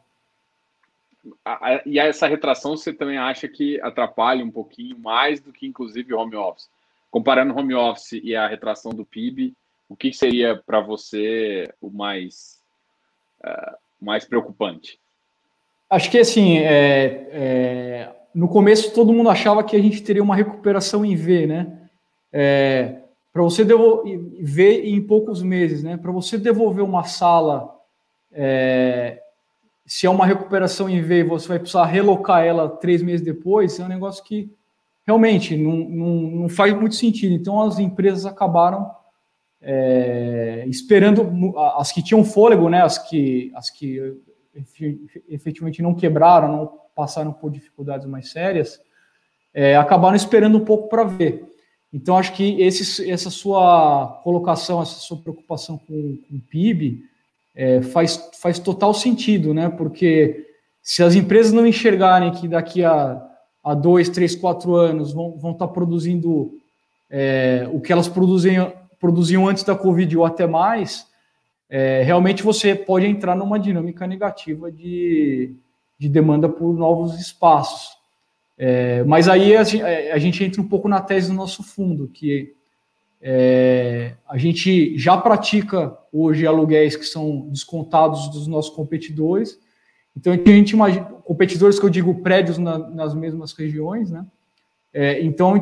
E essa retração você também acha que atrapalha um pouquinho mais do que, inclusive, o home office? Comparando o home office e a retração do PIB, o que seria para você o mais preocupante? Acho que, assim, no começo todo mundo achava que a gente teria uma recuperação em V, né? Para você ver em poucos meses, né? Para você devolver uma sala, se é uma recuperação em V, você vai precisar relocar ela 3 meses depois, é um negócio que realmente não faz muito sentido. Então, as empresas acabaram esperando, as que tinham fôlego, né? As que efetivamente não quebraram, não passaram por dificuldades mais sérias, acabaram esperando um pouco para ver. Então, acho que essa sua colocação, essa sua preocupação com o PIB faz total sentido, né? Porque se as empresas não enxergarem que daqui a 2, 3, 4 anos vão estar produzindo o que elas produziam antes da Covid ou até mais, realmente você pode entrar numa dinâmica negativa de demanda por novos espaços. Mas aí a gente entra um pouco na tese do nosso fundo, que a gente já pratica hoje aluguéis que são descontados dos nossos competidores. Então, a gente imagina, competidores que eu digo prédios nas mesmas regiões, né? Então,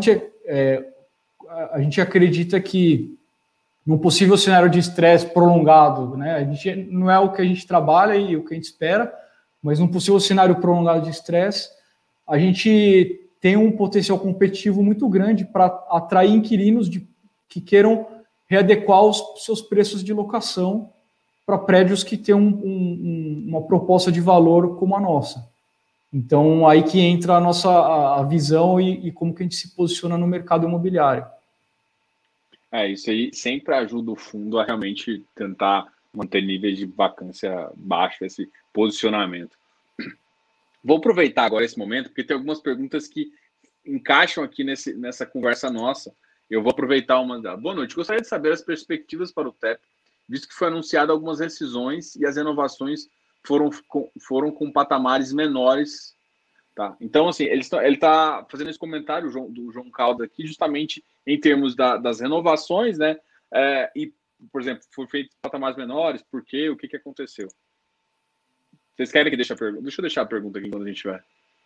a gente acredita que num possível cenário de estresse prolongado, né? A gente não é o que a gente trabalha e o que a gente espera, mas num possível cenário prolongado de estresse, a gente tem um potencial competitivo muito grande para atrair inquilinos que queiram readequar os seus preços de locação para prédios que têm uma proposta de valor como a nossa. Então, aí que entra a nossa visão e como que a gente se posiciona no mercado imobiliário. Isso aí sempre ajuda o fundo a realmente tentar manter níveis de vacância baixos, esse posicionamento. Vou aproveitar agora esse momento, porque tem algumas perguntas que encaixam aqui nessa conversa nossa. Eu vou aproveitar uma delas. Boa noite. Gostaria de saber as perspectivas para o TEP, visto que foi anunciado algumas rescisões e as renovações foram com patamares menores. Tá? Então, assim, ele está fazendo esse comentário do João Calda aqui, justamente em termos das renovações, né? E, por exemplo, foi feito patamares menores, por quê? O que aconteceu? Vocês querem que deixe a pergunta? Deixa eu deixar a pergunta aqui quando a gente tiver.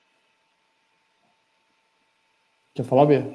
Quer falar, Bia?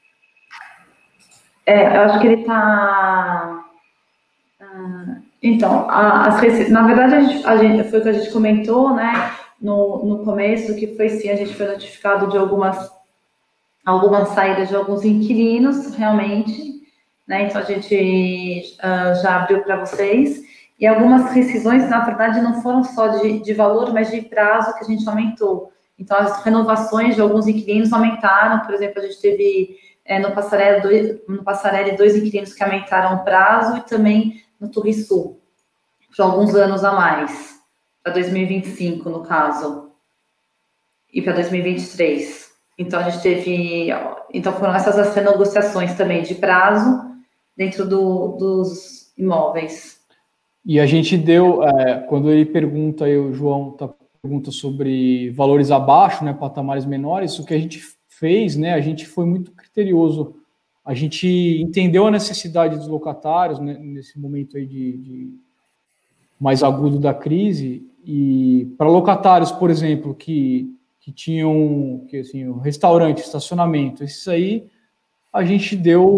Eu acho que ele está... Então, na verdade, a gente foi o que a gente comentou, né, no começo, que foi sim, a gente foi notificado de algumas saídas de alguns inquilinos, realmente, né, então a gente já abriu para vocês, e algumas rescisões, na verdade, não foram só de valor, mas de prazo que a gente aumentou. Então, as renovações de alguns inquilinos aumentaram, por exemplo, a gente teve no Passarelli 2 inquilinos que aumentaram o prazo, e também no Turrisul, por alguns anos a mais, para 2025, no caso, e para 2023. Então, a gente teve... Então, foram essas as renegociações também de prazo dentro dos imóveis. E a gente deu, quando ele pergunta, aí o João pergunta sobre valores abaixo, né, patamares menores, o que a gente fez, né, a gente foi muito criterioso. A gente entendeu a necessidade dos locatários, né, nesse momento aí de mais agudo da crise, e para locatários, por exemplo, que tinham assim, um restaurante, estacionamento, esses aí a gente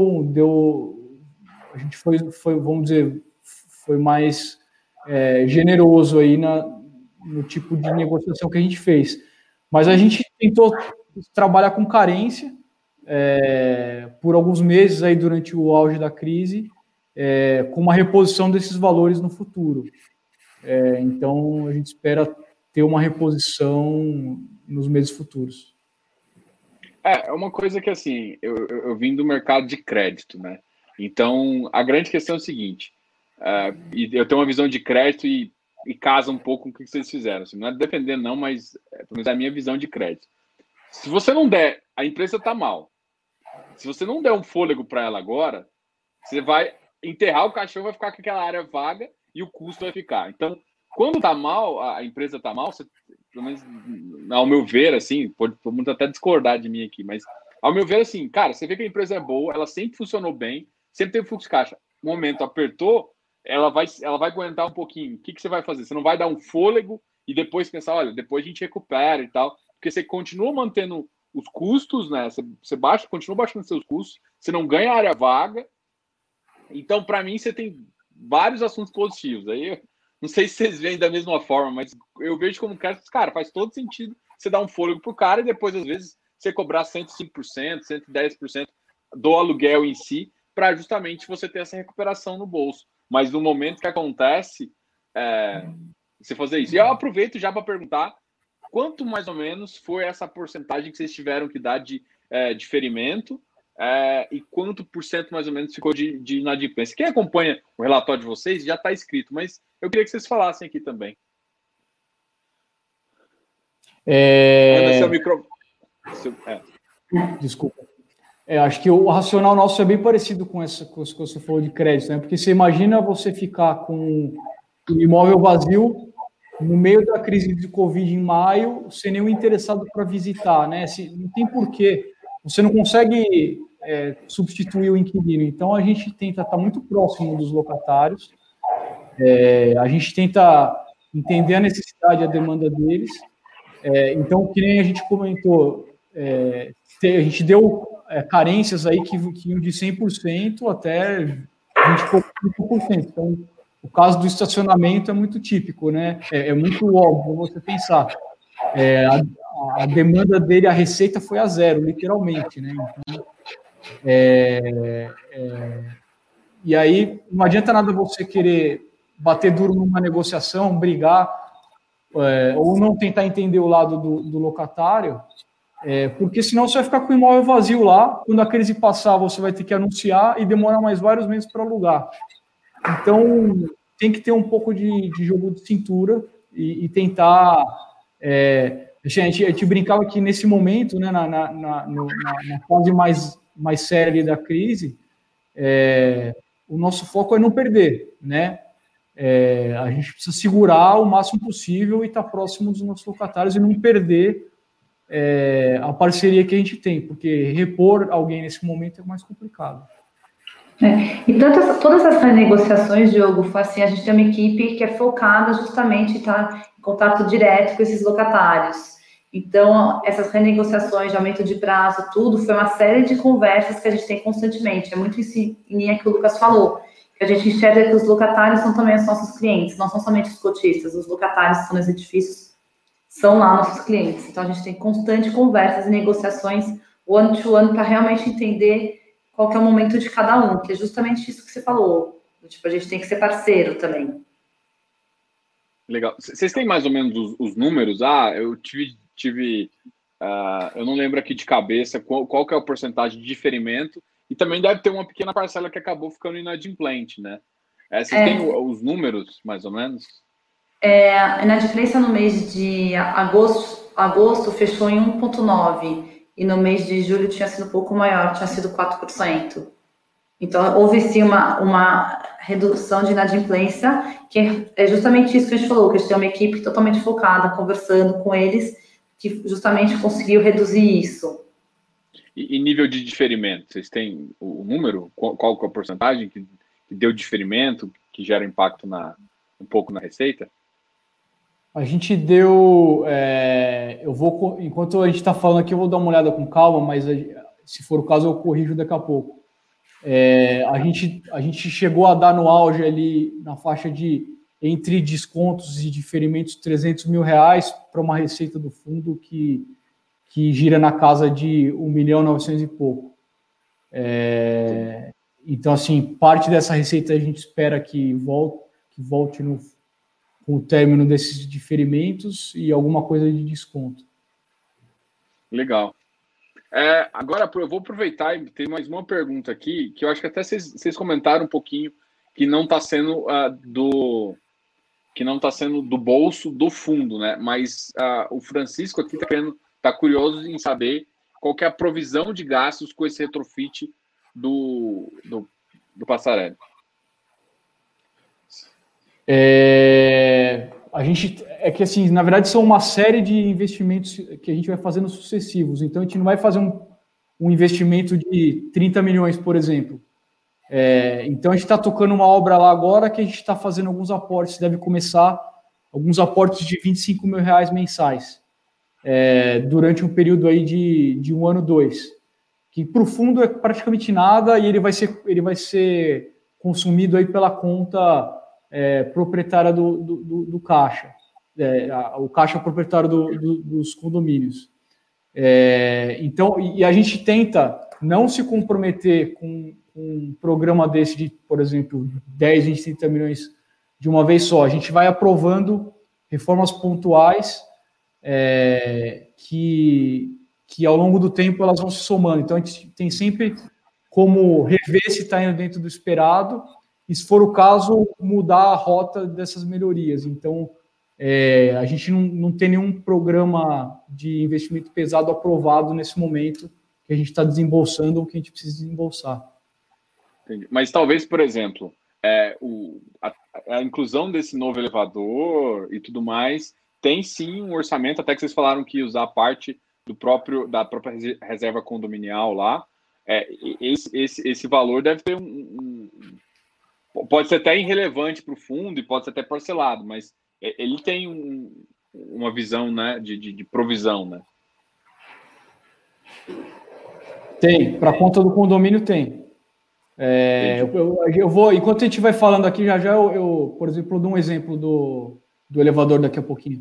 a gente foi, vamos dizer, foi mais generoso aí no tipo de negociação que a gente fez. Mas a gente tentou trabalhar com carência por alguns meses aí durante o auge da crise, com uma reposição desses valores no futuro. Então, a gente espera ter uma reposição nos meses futuros. É uma coisa que, assim, eu vim do mercado de crédito, né? Então, a grande questão é o seguinte, e eu tenho uma visão de crédito e casa um pouco com o que vocês fizeram. Assim, não é defendendo, não, mas pelo menos é a minha visão de crédito. Se você não der, a empresa está mal. Se você não der um fôlego para ela agora, você vai enterrar o caixão, vai ficar com aquela área vaga e o custo vai ficar. Então, quando está mal, a empresa está mal, você, pelo menos ao meu ver, assim, pode muito até discordar de mim aqui, mas ao meu ver, assim, cara, você vê que a empresa é boa, ela sempre funcionou bem, sempre teve fluxo de caixa. No momento apertou, ela vai aguentar um pouquinho. O que você vai fazer? Você não vai dar um fôlego e depois pensar, olha, depois a gente recupera e tal, porque você continua mantendo os custos, né? Você continua baixando seus custos, você não ganha área vaga. Então, para mim, você tem vários assuntos positivos. Aí, não sei se vocês veem da mesma forma, mas eu vejo como cara, faz todo sentido você dar um fôlego pro cara e depois, às vezes, você cobrar 105%, 110% do aluguel em si, para justamente você ter essa recuperação no bolso. Mas no momento que acontece, você fazer isso. E eu aproveito já para perguntar quanto mais ou menos foi essa porcentagem que vocês tiveram que dar de diferimento e quanto por cento mais ou menos ficou de inadimplência. Quem acompanha o relatório de vocês já está escrito, mas eu queria que vocês falassem aqui também. Seu microfone. Desculpa. Acho que o racional nosso é bem parecido com isso que você falou de crédito, né? Porque você imagina você ficar com um imóvel vazio no meio da crise de Covid em maio, sem nenhum interessado para visitar, né? Não tem porquê. Você não consegue substituir o inquilino. Então, a gente tenta estar muito próximo dos locatários, a gente tenta entender a necessidade e a demanda deles. Então, que nem a gente comentou, a gente deu carências aí que iam de 100% até 20%. Então, o caso do estacionamento é muito típico, né? É muito óbvio você pensar. A demanda dele, a receita foi a zero, literalmente, né? Então, e aí, não adianta nada você querer bater duro numa negociação, brigar, ou não tentar entender o lado do locatário, porque senão você vai ficar com o imóvel vazio lá, quando a crise passar, você vai ter que anunciar e demorar mais vários meses para alugar. Então, tem que ter um pouco de jogo de cintura e tentar A gente brincava que nesse momento, né, na fase mais séria da crise, o nosso foco é não perder, né? A gente precisa segurar o máximo possível e estar próximo dos nossos locatários e não perder a parceria que a gente tem, porque repor alguém nesse momento é mais complicado. E todas essas renegociações, Diogo, foi assim, a gente tem uma equipe que é focada justamente em estar em contato direto com esses locatários. Então, essas renegociações de aumento de prazo, tudo, foi uma série de conversas que a gente tem constantemente. É muito em linha que o Lucas falou, que a gente enxerga que os locatários são também os nossos clientes, não são somente os cotistas, os locatários que estão nos edifícios são lá nossos clientes. Então, a gente tem constante conversas e negociações one-to-one para realmente entender qual que é o momento de cada um, que é justamente isso que você falou. Tipo, a gente tem que ser parceiro também. Legal. Vocês têm mais ou menos os números? Eu tive eu não lembro aqui de cabeça qual que é o porcentagem de diferimento, e também deve ter uma pequena parcela que acabou ficando inadimplente, né? Vocês têm os números, mais ou menos? A inadimplência no mês de agosto fechou em 1,9%, e no mês de julho tinha sido um pouco maior, tinha sido 4%. Então, houve sim uma redução de inadimplência, que é justamente isso que a gente falou, que a gente tem uma equipe totalmente focada, conversando com eles, que justamente conseguiu reduzir isso. E nível de diferimento? Vocês têm o número? Qual que é a porcentagem que deu diferimento, que gera impacto um pouco na receita? A gente deu... enquanto a gente está falando aqui, eu vou dar uma olhada com calma, mas se for o caso, eu corrijo daqui a pouco. A gente chegou a dar no auge ali, na faixa de, entre descontos e diferimentos, R$300 mil para uma receita do fundo que gira na casa de 1.900.000 e pouco. Então, assim, parte dessa receita a gente espera que volte com o término desses diferimentos e alguma coisa de desconto. Legal. Agora, eu vou aproveitar e ter mais uma pergunta aqui, que eu acho que até vocês comentaram um pouquinho, que não está sendo do bolso do fundo, né? Mas o Francisco aqui está curioso em saber qual que é a provisão de gastos com esse retrofit do Passarelli. A gente que assim, na verdade, são uma série de investimentos que a gente vai fazendo sucessivos. Então, a gente não vai fazer um investimento de 30 milhões, por exemplo. Então, a gente está tocando uma obra lá agora que a gente está fazendo alguns aportes, deve começar alguns aportes de R$25 mil mensais, durante um período aí de 1 ano, 2, que para o fundo é praticamente nada, e ele vai ser consumido aí pela conta proprietária do caixa, o caixa proprietário dos condomínios. Então, e a gente tenta não se comprometer com um programa desse de, por exemplo, 10, 20, 30 milhões de uma vez só. A gente vai aprovando reformas pontuais que ao longo do tempo elas vão se somando. Então, a gente tem sempre como rever se está indo dentro do esperado e, se for o caso, mudar a rota dessas melhorias. Então, a gente não tem nenhum programa de investimento pesado aprovado nesse momento que a gente está desembolsando ou que a gente precisa desembolsar. Entendi. Mas talvez, por exemplo, a inclusão desse novo elevador e tudo mais tem sim um orçamento, até que vocês falaram que ia usar parte da própria reserva condominial lá. Esse valor deve ter pode ser até irrelevante para o fundo e pode ser até parcelado, mas ele tem uma visão, né, de provisão, né? Tem, para a conta do condomínio tem. Eu vou, enquanto a gente vai falando aqui, já eu, por exemplo, dou um exemplo do elevador daqui a pouquinho.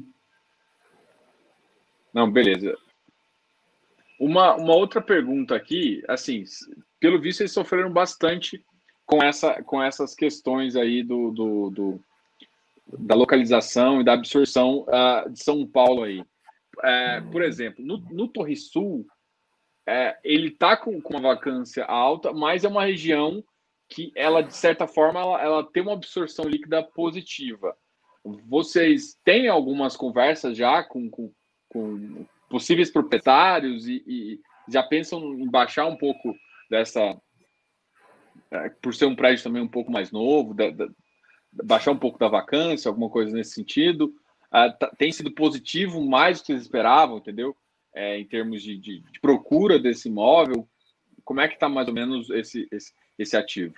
Não, beleza. Uma outra pergunta aqui, assim, pelo visto eles sofreram bastante com essas questões aí da localização e da absorção de São Paulo aí. Por exemplo, no Torre Sul, ele está com uma vacância alta, mas é uma região que ela, de certa forma, ela tem uma absorção líquida positiva. Vocês têm algumas conversas já com com possíveis proprietários e já pensam em baixar um pouco dessa, por ser um prédio também um pouco mais novo, baixar um pouco da vacância, alguma coisa nesse sentido. Tem sido positivo mais do que eles esperavam, entendeu? Em termos de procura desse imóvel. Como é que está mais ou menos esse ativo?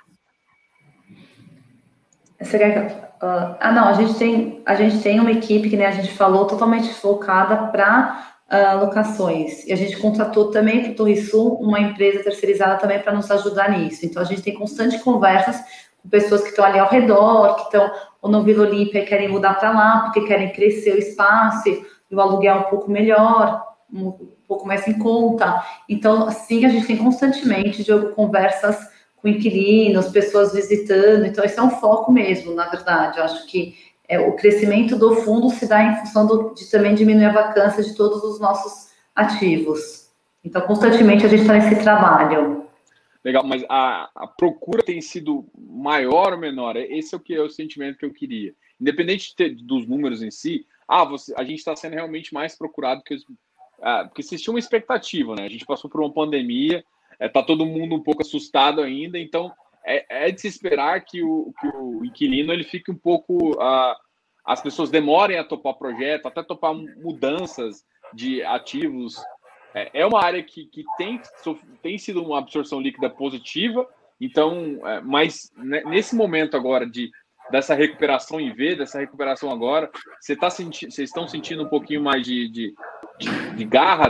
Não, a gente tem uma equipe, que, né, a gente falou, totalmente focada para locações. E a gente contratou também para o Torre Sul uma empresa terceirizada também para nos ajudar nisso. Então, a gente tem constante conversas com pessoas que estão ali ao redor, que estão ou no Vila Olímpia e querem mudar para lá, porque querem crescer o espaço e o aluguel um pouco melhor, um pouco mais em conta. Então, assim, a gente tem constantemente, Diogo, conversas com inquilinos, pessoas visitando. Então, esse é um foco mesmo, na verdade. Eu acho que o crescimento do fundo se dá em função de também diminuir a vacância de todos os nossos ativos. Então, constantemente a gente está nesse trabalho. Legal, mas a procura tem sido maior ou menor? Esse é o sentimento que eu queria. Independente dos números em si, a gente está sendo realmente mais procurado porque existia uma expectativa, né? A gente passou por uma pandemia, está todo mundo um pouco assustado ainda, então é de se esperar que o inquilino ele fique um pouco... as pessoas demorem a topar projeto, até topar mudanças de ativos. É uma área que tem sido uma absorção líquida positiva, então, mas nesse momento agora dessa recuperação em V, dessa recuperação agora, vocês estão sentindo um pouquinho mais de garra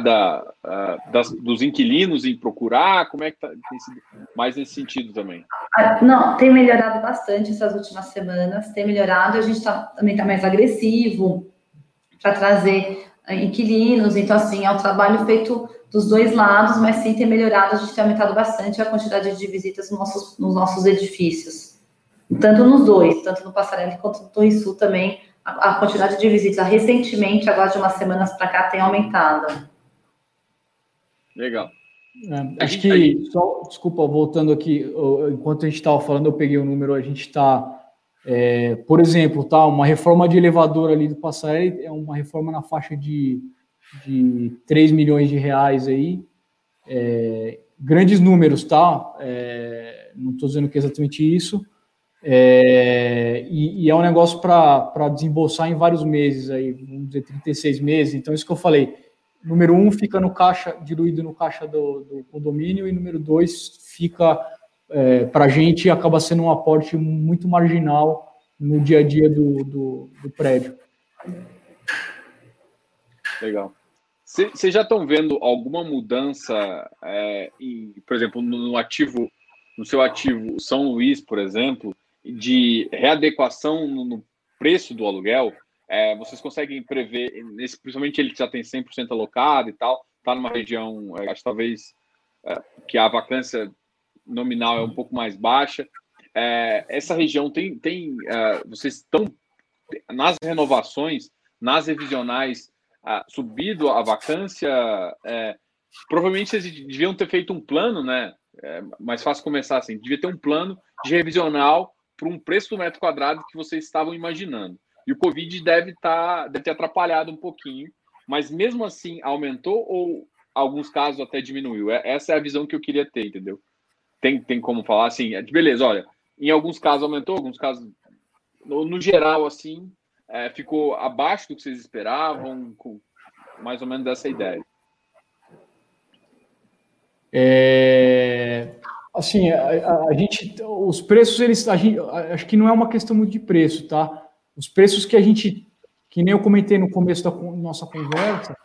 dos inquilinos em procurar? Como é que tem sido mais nesse sentido também? Não, tem melhorado bastante essas últimas semanas, tem melhorado, a gente também está mais agressivo para trazer inquilinos, então, assim, é um trabalho feito dos dois lados, mas sim tem melhorado, a gente tem aumentado bastante a quantidade de visitas nos nossos edifícios, tanto nos dois, tanto no Passarelli quanto no Torre Sul também, a quantidade de visitas recentemente, agora de umas semanas para cá, tem aumentado. Legal. Acho que, só, desculpa, voltando aqui, enquanto a gente estava falando, eu peguei o número, a gente está, por exemplo, tá, uma reforma de elevador ali do Passarelli é uma reforma na faixa de 3 milhões de reais aí, grandes números, tá? Não estou dizendo que é exatamente isso, e é um negócio para desembolsar em vários meses aí, vamos dizer 36 meses, então isso que eu falei, número 1 fica no caixa, diluído no caixa do condomínio, e número 2 fica para a gente, acaba sendo um aporte muito marginal no dia a dia do prédio. Legal. Vocês já estão vendo alguma mudança, por exemplo, no seu ativo São Luís, por exemplo, de readequação no preço do aluguel? Vocês conseguem prever, principalmente ele que já tem 100% alocado e tal, está numa região, acho talvez que a vacância nominal é um pouco mais baixa. Essa região vocês estão nas renovações, nas revisionais, subido a vacância? Provavelmente vocês deviam ter feito um plano, né? Mais fácil começar assim, devia ter um plano de revisional para um preço do metro quadrado que vocês estavam imaginando. E o Covid deve ter atrapalhado um pouquinho, mas mesmo assim aumentou ou alguns casos até diminuiu? Essa é a visão que eu queria ter, entendeu? Tem como falar assim, beleza, olha, em alguns casos aumentou, alguns casos, no geral, assim, ficou abaixo do que vocês esperavam, com mais ou menos dessa ideia. Assim, a gente, os preços, acho que não é uma questão muito de preço, tá? Os preços que nem eu comentei no começo da nossa conversa,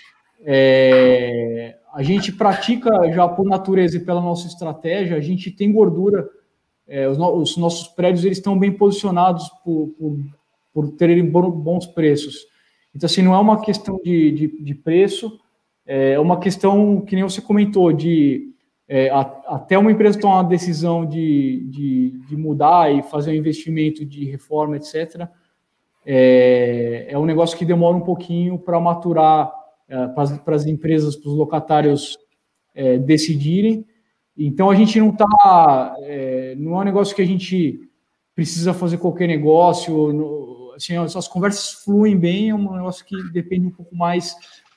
a gente pratica já por natureza e pela nossa estratégia, a gente tem gordura, os nossos prédios eles estão bem posicionados por terem bons preços. Então, assim, não é uma questão de preço, é uma questão, que nem você comentou, até uma empresa tomar uma decisão de mudar e fazer um investimento de reforma, etc., é um negócio que demora um pouquinho para maturar, para as empresas, para os locatários decidirem. Então, a gente não não é um negócio que a gente precisa fazer qualquer negócio, assim, as conversas fluem bem, é um negócio que depende um pouco mais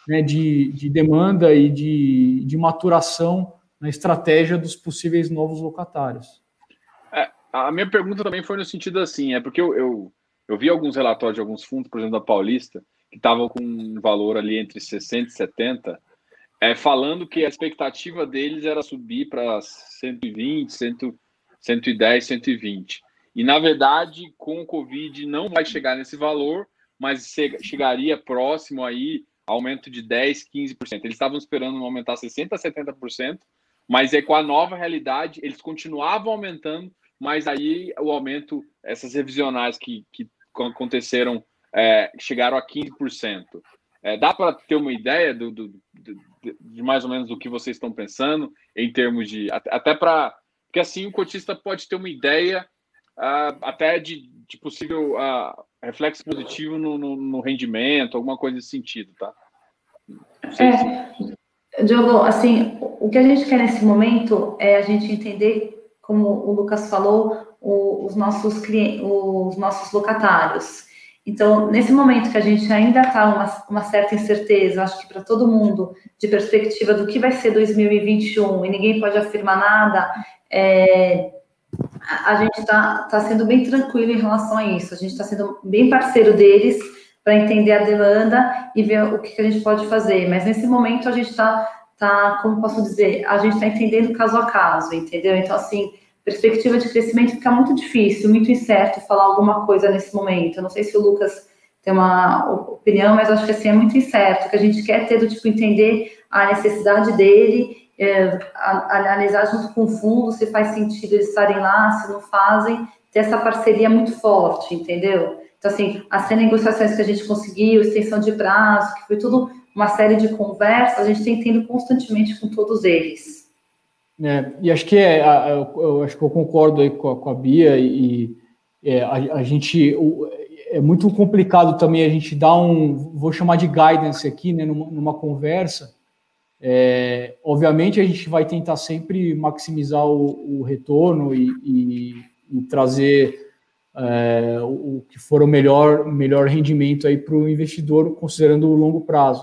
né, de demanda e de maturação na estratégia dos possíveis novos locatários. A minha pergunta também foi no sentido assim, porque eu vi alguns relatórios de alguns fundos, por exemplo, da Paulista, que estavam com um valor ali entre 60 e 70, falando que a expectativa deles era subir para 120, 110, 120. E, na verdade, com o Covid não vai chegar nesse valor, mas chegaria próximo aí, aumento de 10, 15%. Eles estavam esperando aumentar 60%, 70%, mas com a nova realidade, eles continuavam aumentando, mas aí o aumento, essas revisionais que aconteceram, chegaram a 15%. Dá para ter uma ideia de mais ou menos do que vocês estão pensando em termos de... Até para... Porque assim o cotista pode ter uma ideia até de possível reflexo positivo no rendimento, alguma coisa nesse sentido, tá? Não sei se... Diogo, assim, o que a gente quer nesse momento é a gente entender, como o Lucas falou, os nossos clientes, os nossos locatários. Então, nesse momento que a gente ainda está uma certa incerteza, acho que para todo mundo, de perspectiva do que vai ser 2021, e ninguém pode afirmar nada, a gente está sendo bem tranquilo em relação a isso. A gente está sendo bem parceiro deles para entender a demanda e ver o que a gente pode fazer. Mas nesse momento a gente está, como posso dizer, a gente está entendendo caso a caso, entendeu? Então, assim, perspectiva de crescimento fica muito difícil, muito incerto falar alguma coisa nesse momento. Eu não sei se o Lucas tem uma opinião, mas acho que assim, é muito incerto. O que a gente quer ter do tipo entender a necessidade dele, analisar junto com o fundo se faz sentido eles estarem lá, se não fazem, ter essa parceria muito forte, entendeu? Então, assim, as renegociações que a gente conseguiu, extensão de prazo, que foi tudo uma série de conversas, a gente tem tendo constantemente com todos eles. E acho que eu acho que eu concordo aí com a Bia a gente é muito complicado também a gente dar vou chamar de guidance aqui, né, numa conversa. Obviamente a gente vai tentar sempre maximizar o retorno e trazer o que for o melhor rendimento aí para o investidor, considerando o longo prazo.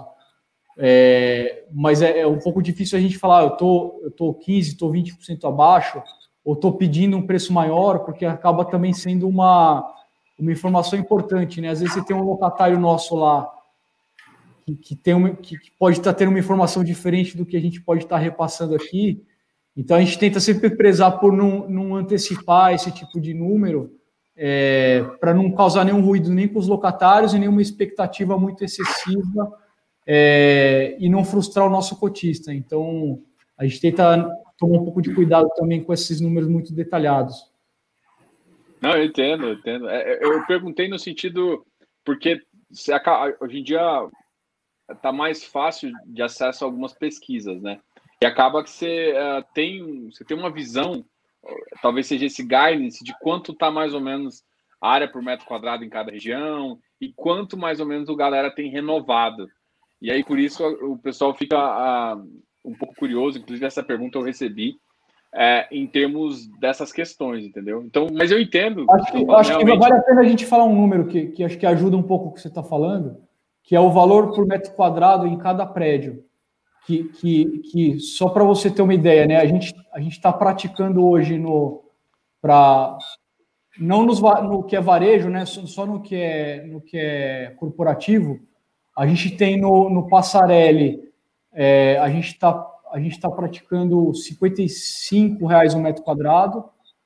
Mas é um pouco difícil a gente falar, eu tô 15, estou 20% abaixo, ou estou pedindo um preço maior, porque acaba também sendo uma informação importante, né? Às vezes você tem um locatário nosso lá que pode estar tendo uma informação diferente do que a gente pode estar repassando aqui. Então a gente tenta sempre prezar por não antecipar esse tipo de número, para não causar nenhum ruído nem com os locatários e nenhuma expectativa muito excessiva, e não frustrar o nosso cotista. Então, a gente tenta tomar um pouco de cuidado também com esses números muito detalhados. Não, eu entendo. Eu perguntei no sentido, porque hoje em dia está mais fácil de acesso a algumas pesquisas, né? E acaba que você tem uma visão, talvez seja esse guidance, de quanto está mais ou menos a área por metro quadrado em cada região e quanto mais ou menos o galera tem renovado. E aí, por isso, o pessoal fica um pouco curioso, inclusive essa pergunta eu recebi, em termos dessas questões, entendeu? Então, mas eu entendo. Acho que vale a pena a gente falar um número que acho que ajuda um pouco o que você está falando, que é o valor por metro quadrado em cada prédio. Que só para você ter uma ideia, né? A gente está praticando hoje não no que é varejo, né? Só no que é corporativo. A gente tem no Passarelli, a gente está praticando R$55 um metro quadrado,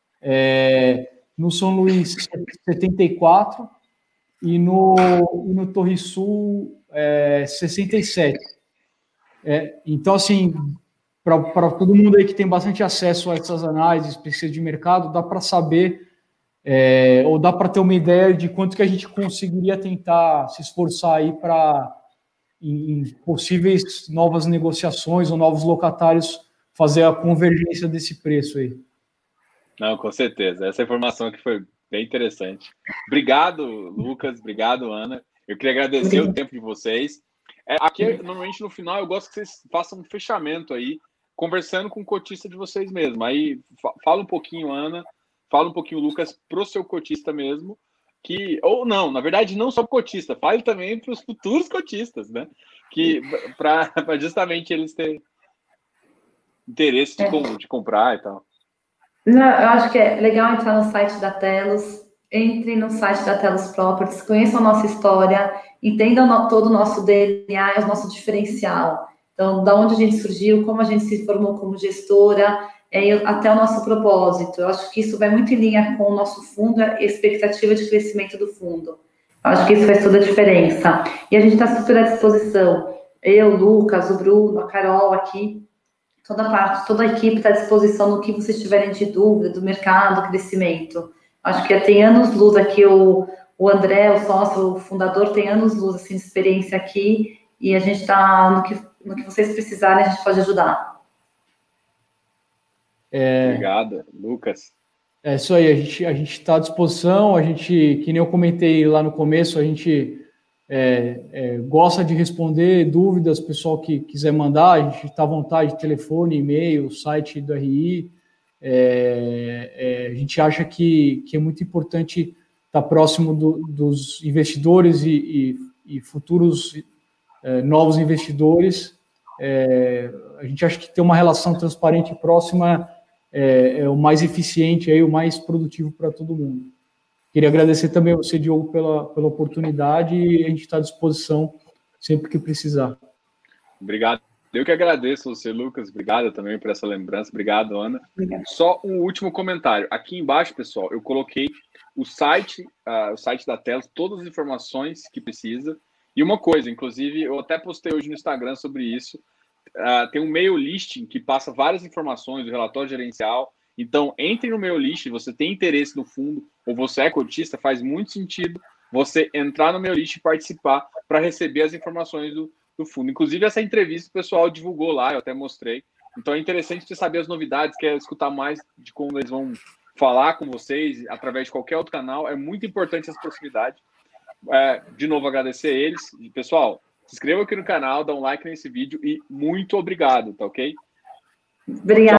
no São Luís 74 e no Torre Sul 67. Então, assim, para todo mundo aí que tem bastante acesso a essas análises, pesquisa de mercado, dá para saber, ou dá para ter uma ideia de quanto que a gente conseguiria tentar se esforçar aí em possíveis novas negociações ou novos locatários fazer a convergência desse preço aí. Não, com certeza. Essa informação aqui foi bem interessante. Obrigado, Lucas. Obrigado, Ana. Eu queria agradecer o tempo de vocês. Aqui, normalmente, no final, eu gosto que vocês façam um fechamento aí, conversando com o cotista de vocês mesmo. Aí, fala um pouquinho, Ana, fala um pouquinho, Lucas, pro seu cotista mesmo, ou não, na verdade, não só para o cotista, fale também para os futuros cotistas, né? Que para justamente eles terem interesse de comprar e tal. Não, eu acho que é legal entrar no site da Telos, entre no site da Telos Properties, conheçam a nossa história, entendam todo o nosso DNA e o nosso diferencial. Então, da onde a gente surgiu, como a gente se formou como gestora, até o nosso propósito. Eu acho que isso vai muito em linha com o nosso fundo, a expectativa de crescimento do fundo. Eu acho que isso faz toda a diferença. E a gente está super à disposição. Eu, o Lucas, o Bruno, a Carol aqui, toda a equipe está à disposição no que vocês tiverem de dúvida do mercado, crescimento. Acho que tem anos-luz aqui, o André, o sócio, o fundador, tem anos-luz assim, de experiência aqui, e a gente está, no que vocês precisarem, a gente pode ajudar. Obrigado, Lucas. É isso aí, a gente está à disposição, que nem eu comentei lá no começo, a gente gosta de responder dúvidas, pessoal que quiser mandar, a gente está à vontade, telefone, e-mail, site do RI. A gente acha que é muito importante estar próximo dos investidores e futuros novos investidores. A gente acha que ter uma relação transparente e próxima é o mais eficiente, o mais produtivo para todo mundo. Queria agradecer também a você, Diogo, pela oportunidade, e a gente está à disposição sempre que precisar. Obrigado. Eu que agradeço você, Lucas. Obrigado também por essa lembrança. Obrigado, Ana. Obrigada. Só um último comentário. Aqui embaixo, pessoal, eu coloquei o site da Telos, todas as informações que precisa. E uma coisa, inclusive, eu até postei hoje no Instagram sobre isso. Tem um mail listing que passa várias informações do relatório gerencial. Então, entre no mail listing, você tem interesse no fundo ou você é cotista, faz muito sentido você entrar no mail listing e participar para receber as informações do fundo. Inclusive, essa entrevista o pessoal divulgou lá, eu até mostrei. Então, é interessante você saber as novidades, quer escutar mais de como eles vão falar com vocês através de qualquer outro canal. É muito importante essa proximidade. De novo, agradecer a eles. Pessoal, se inscreva aqui no canal, dá um like nesse vídeo e muito obrigado, tá ok? Obrigada.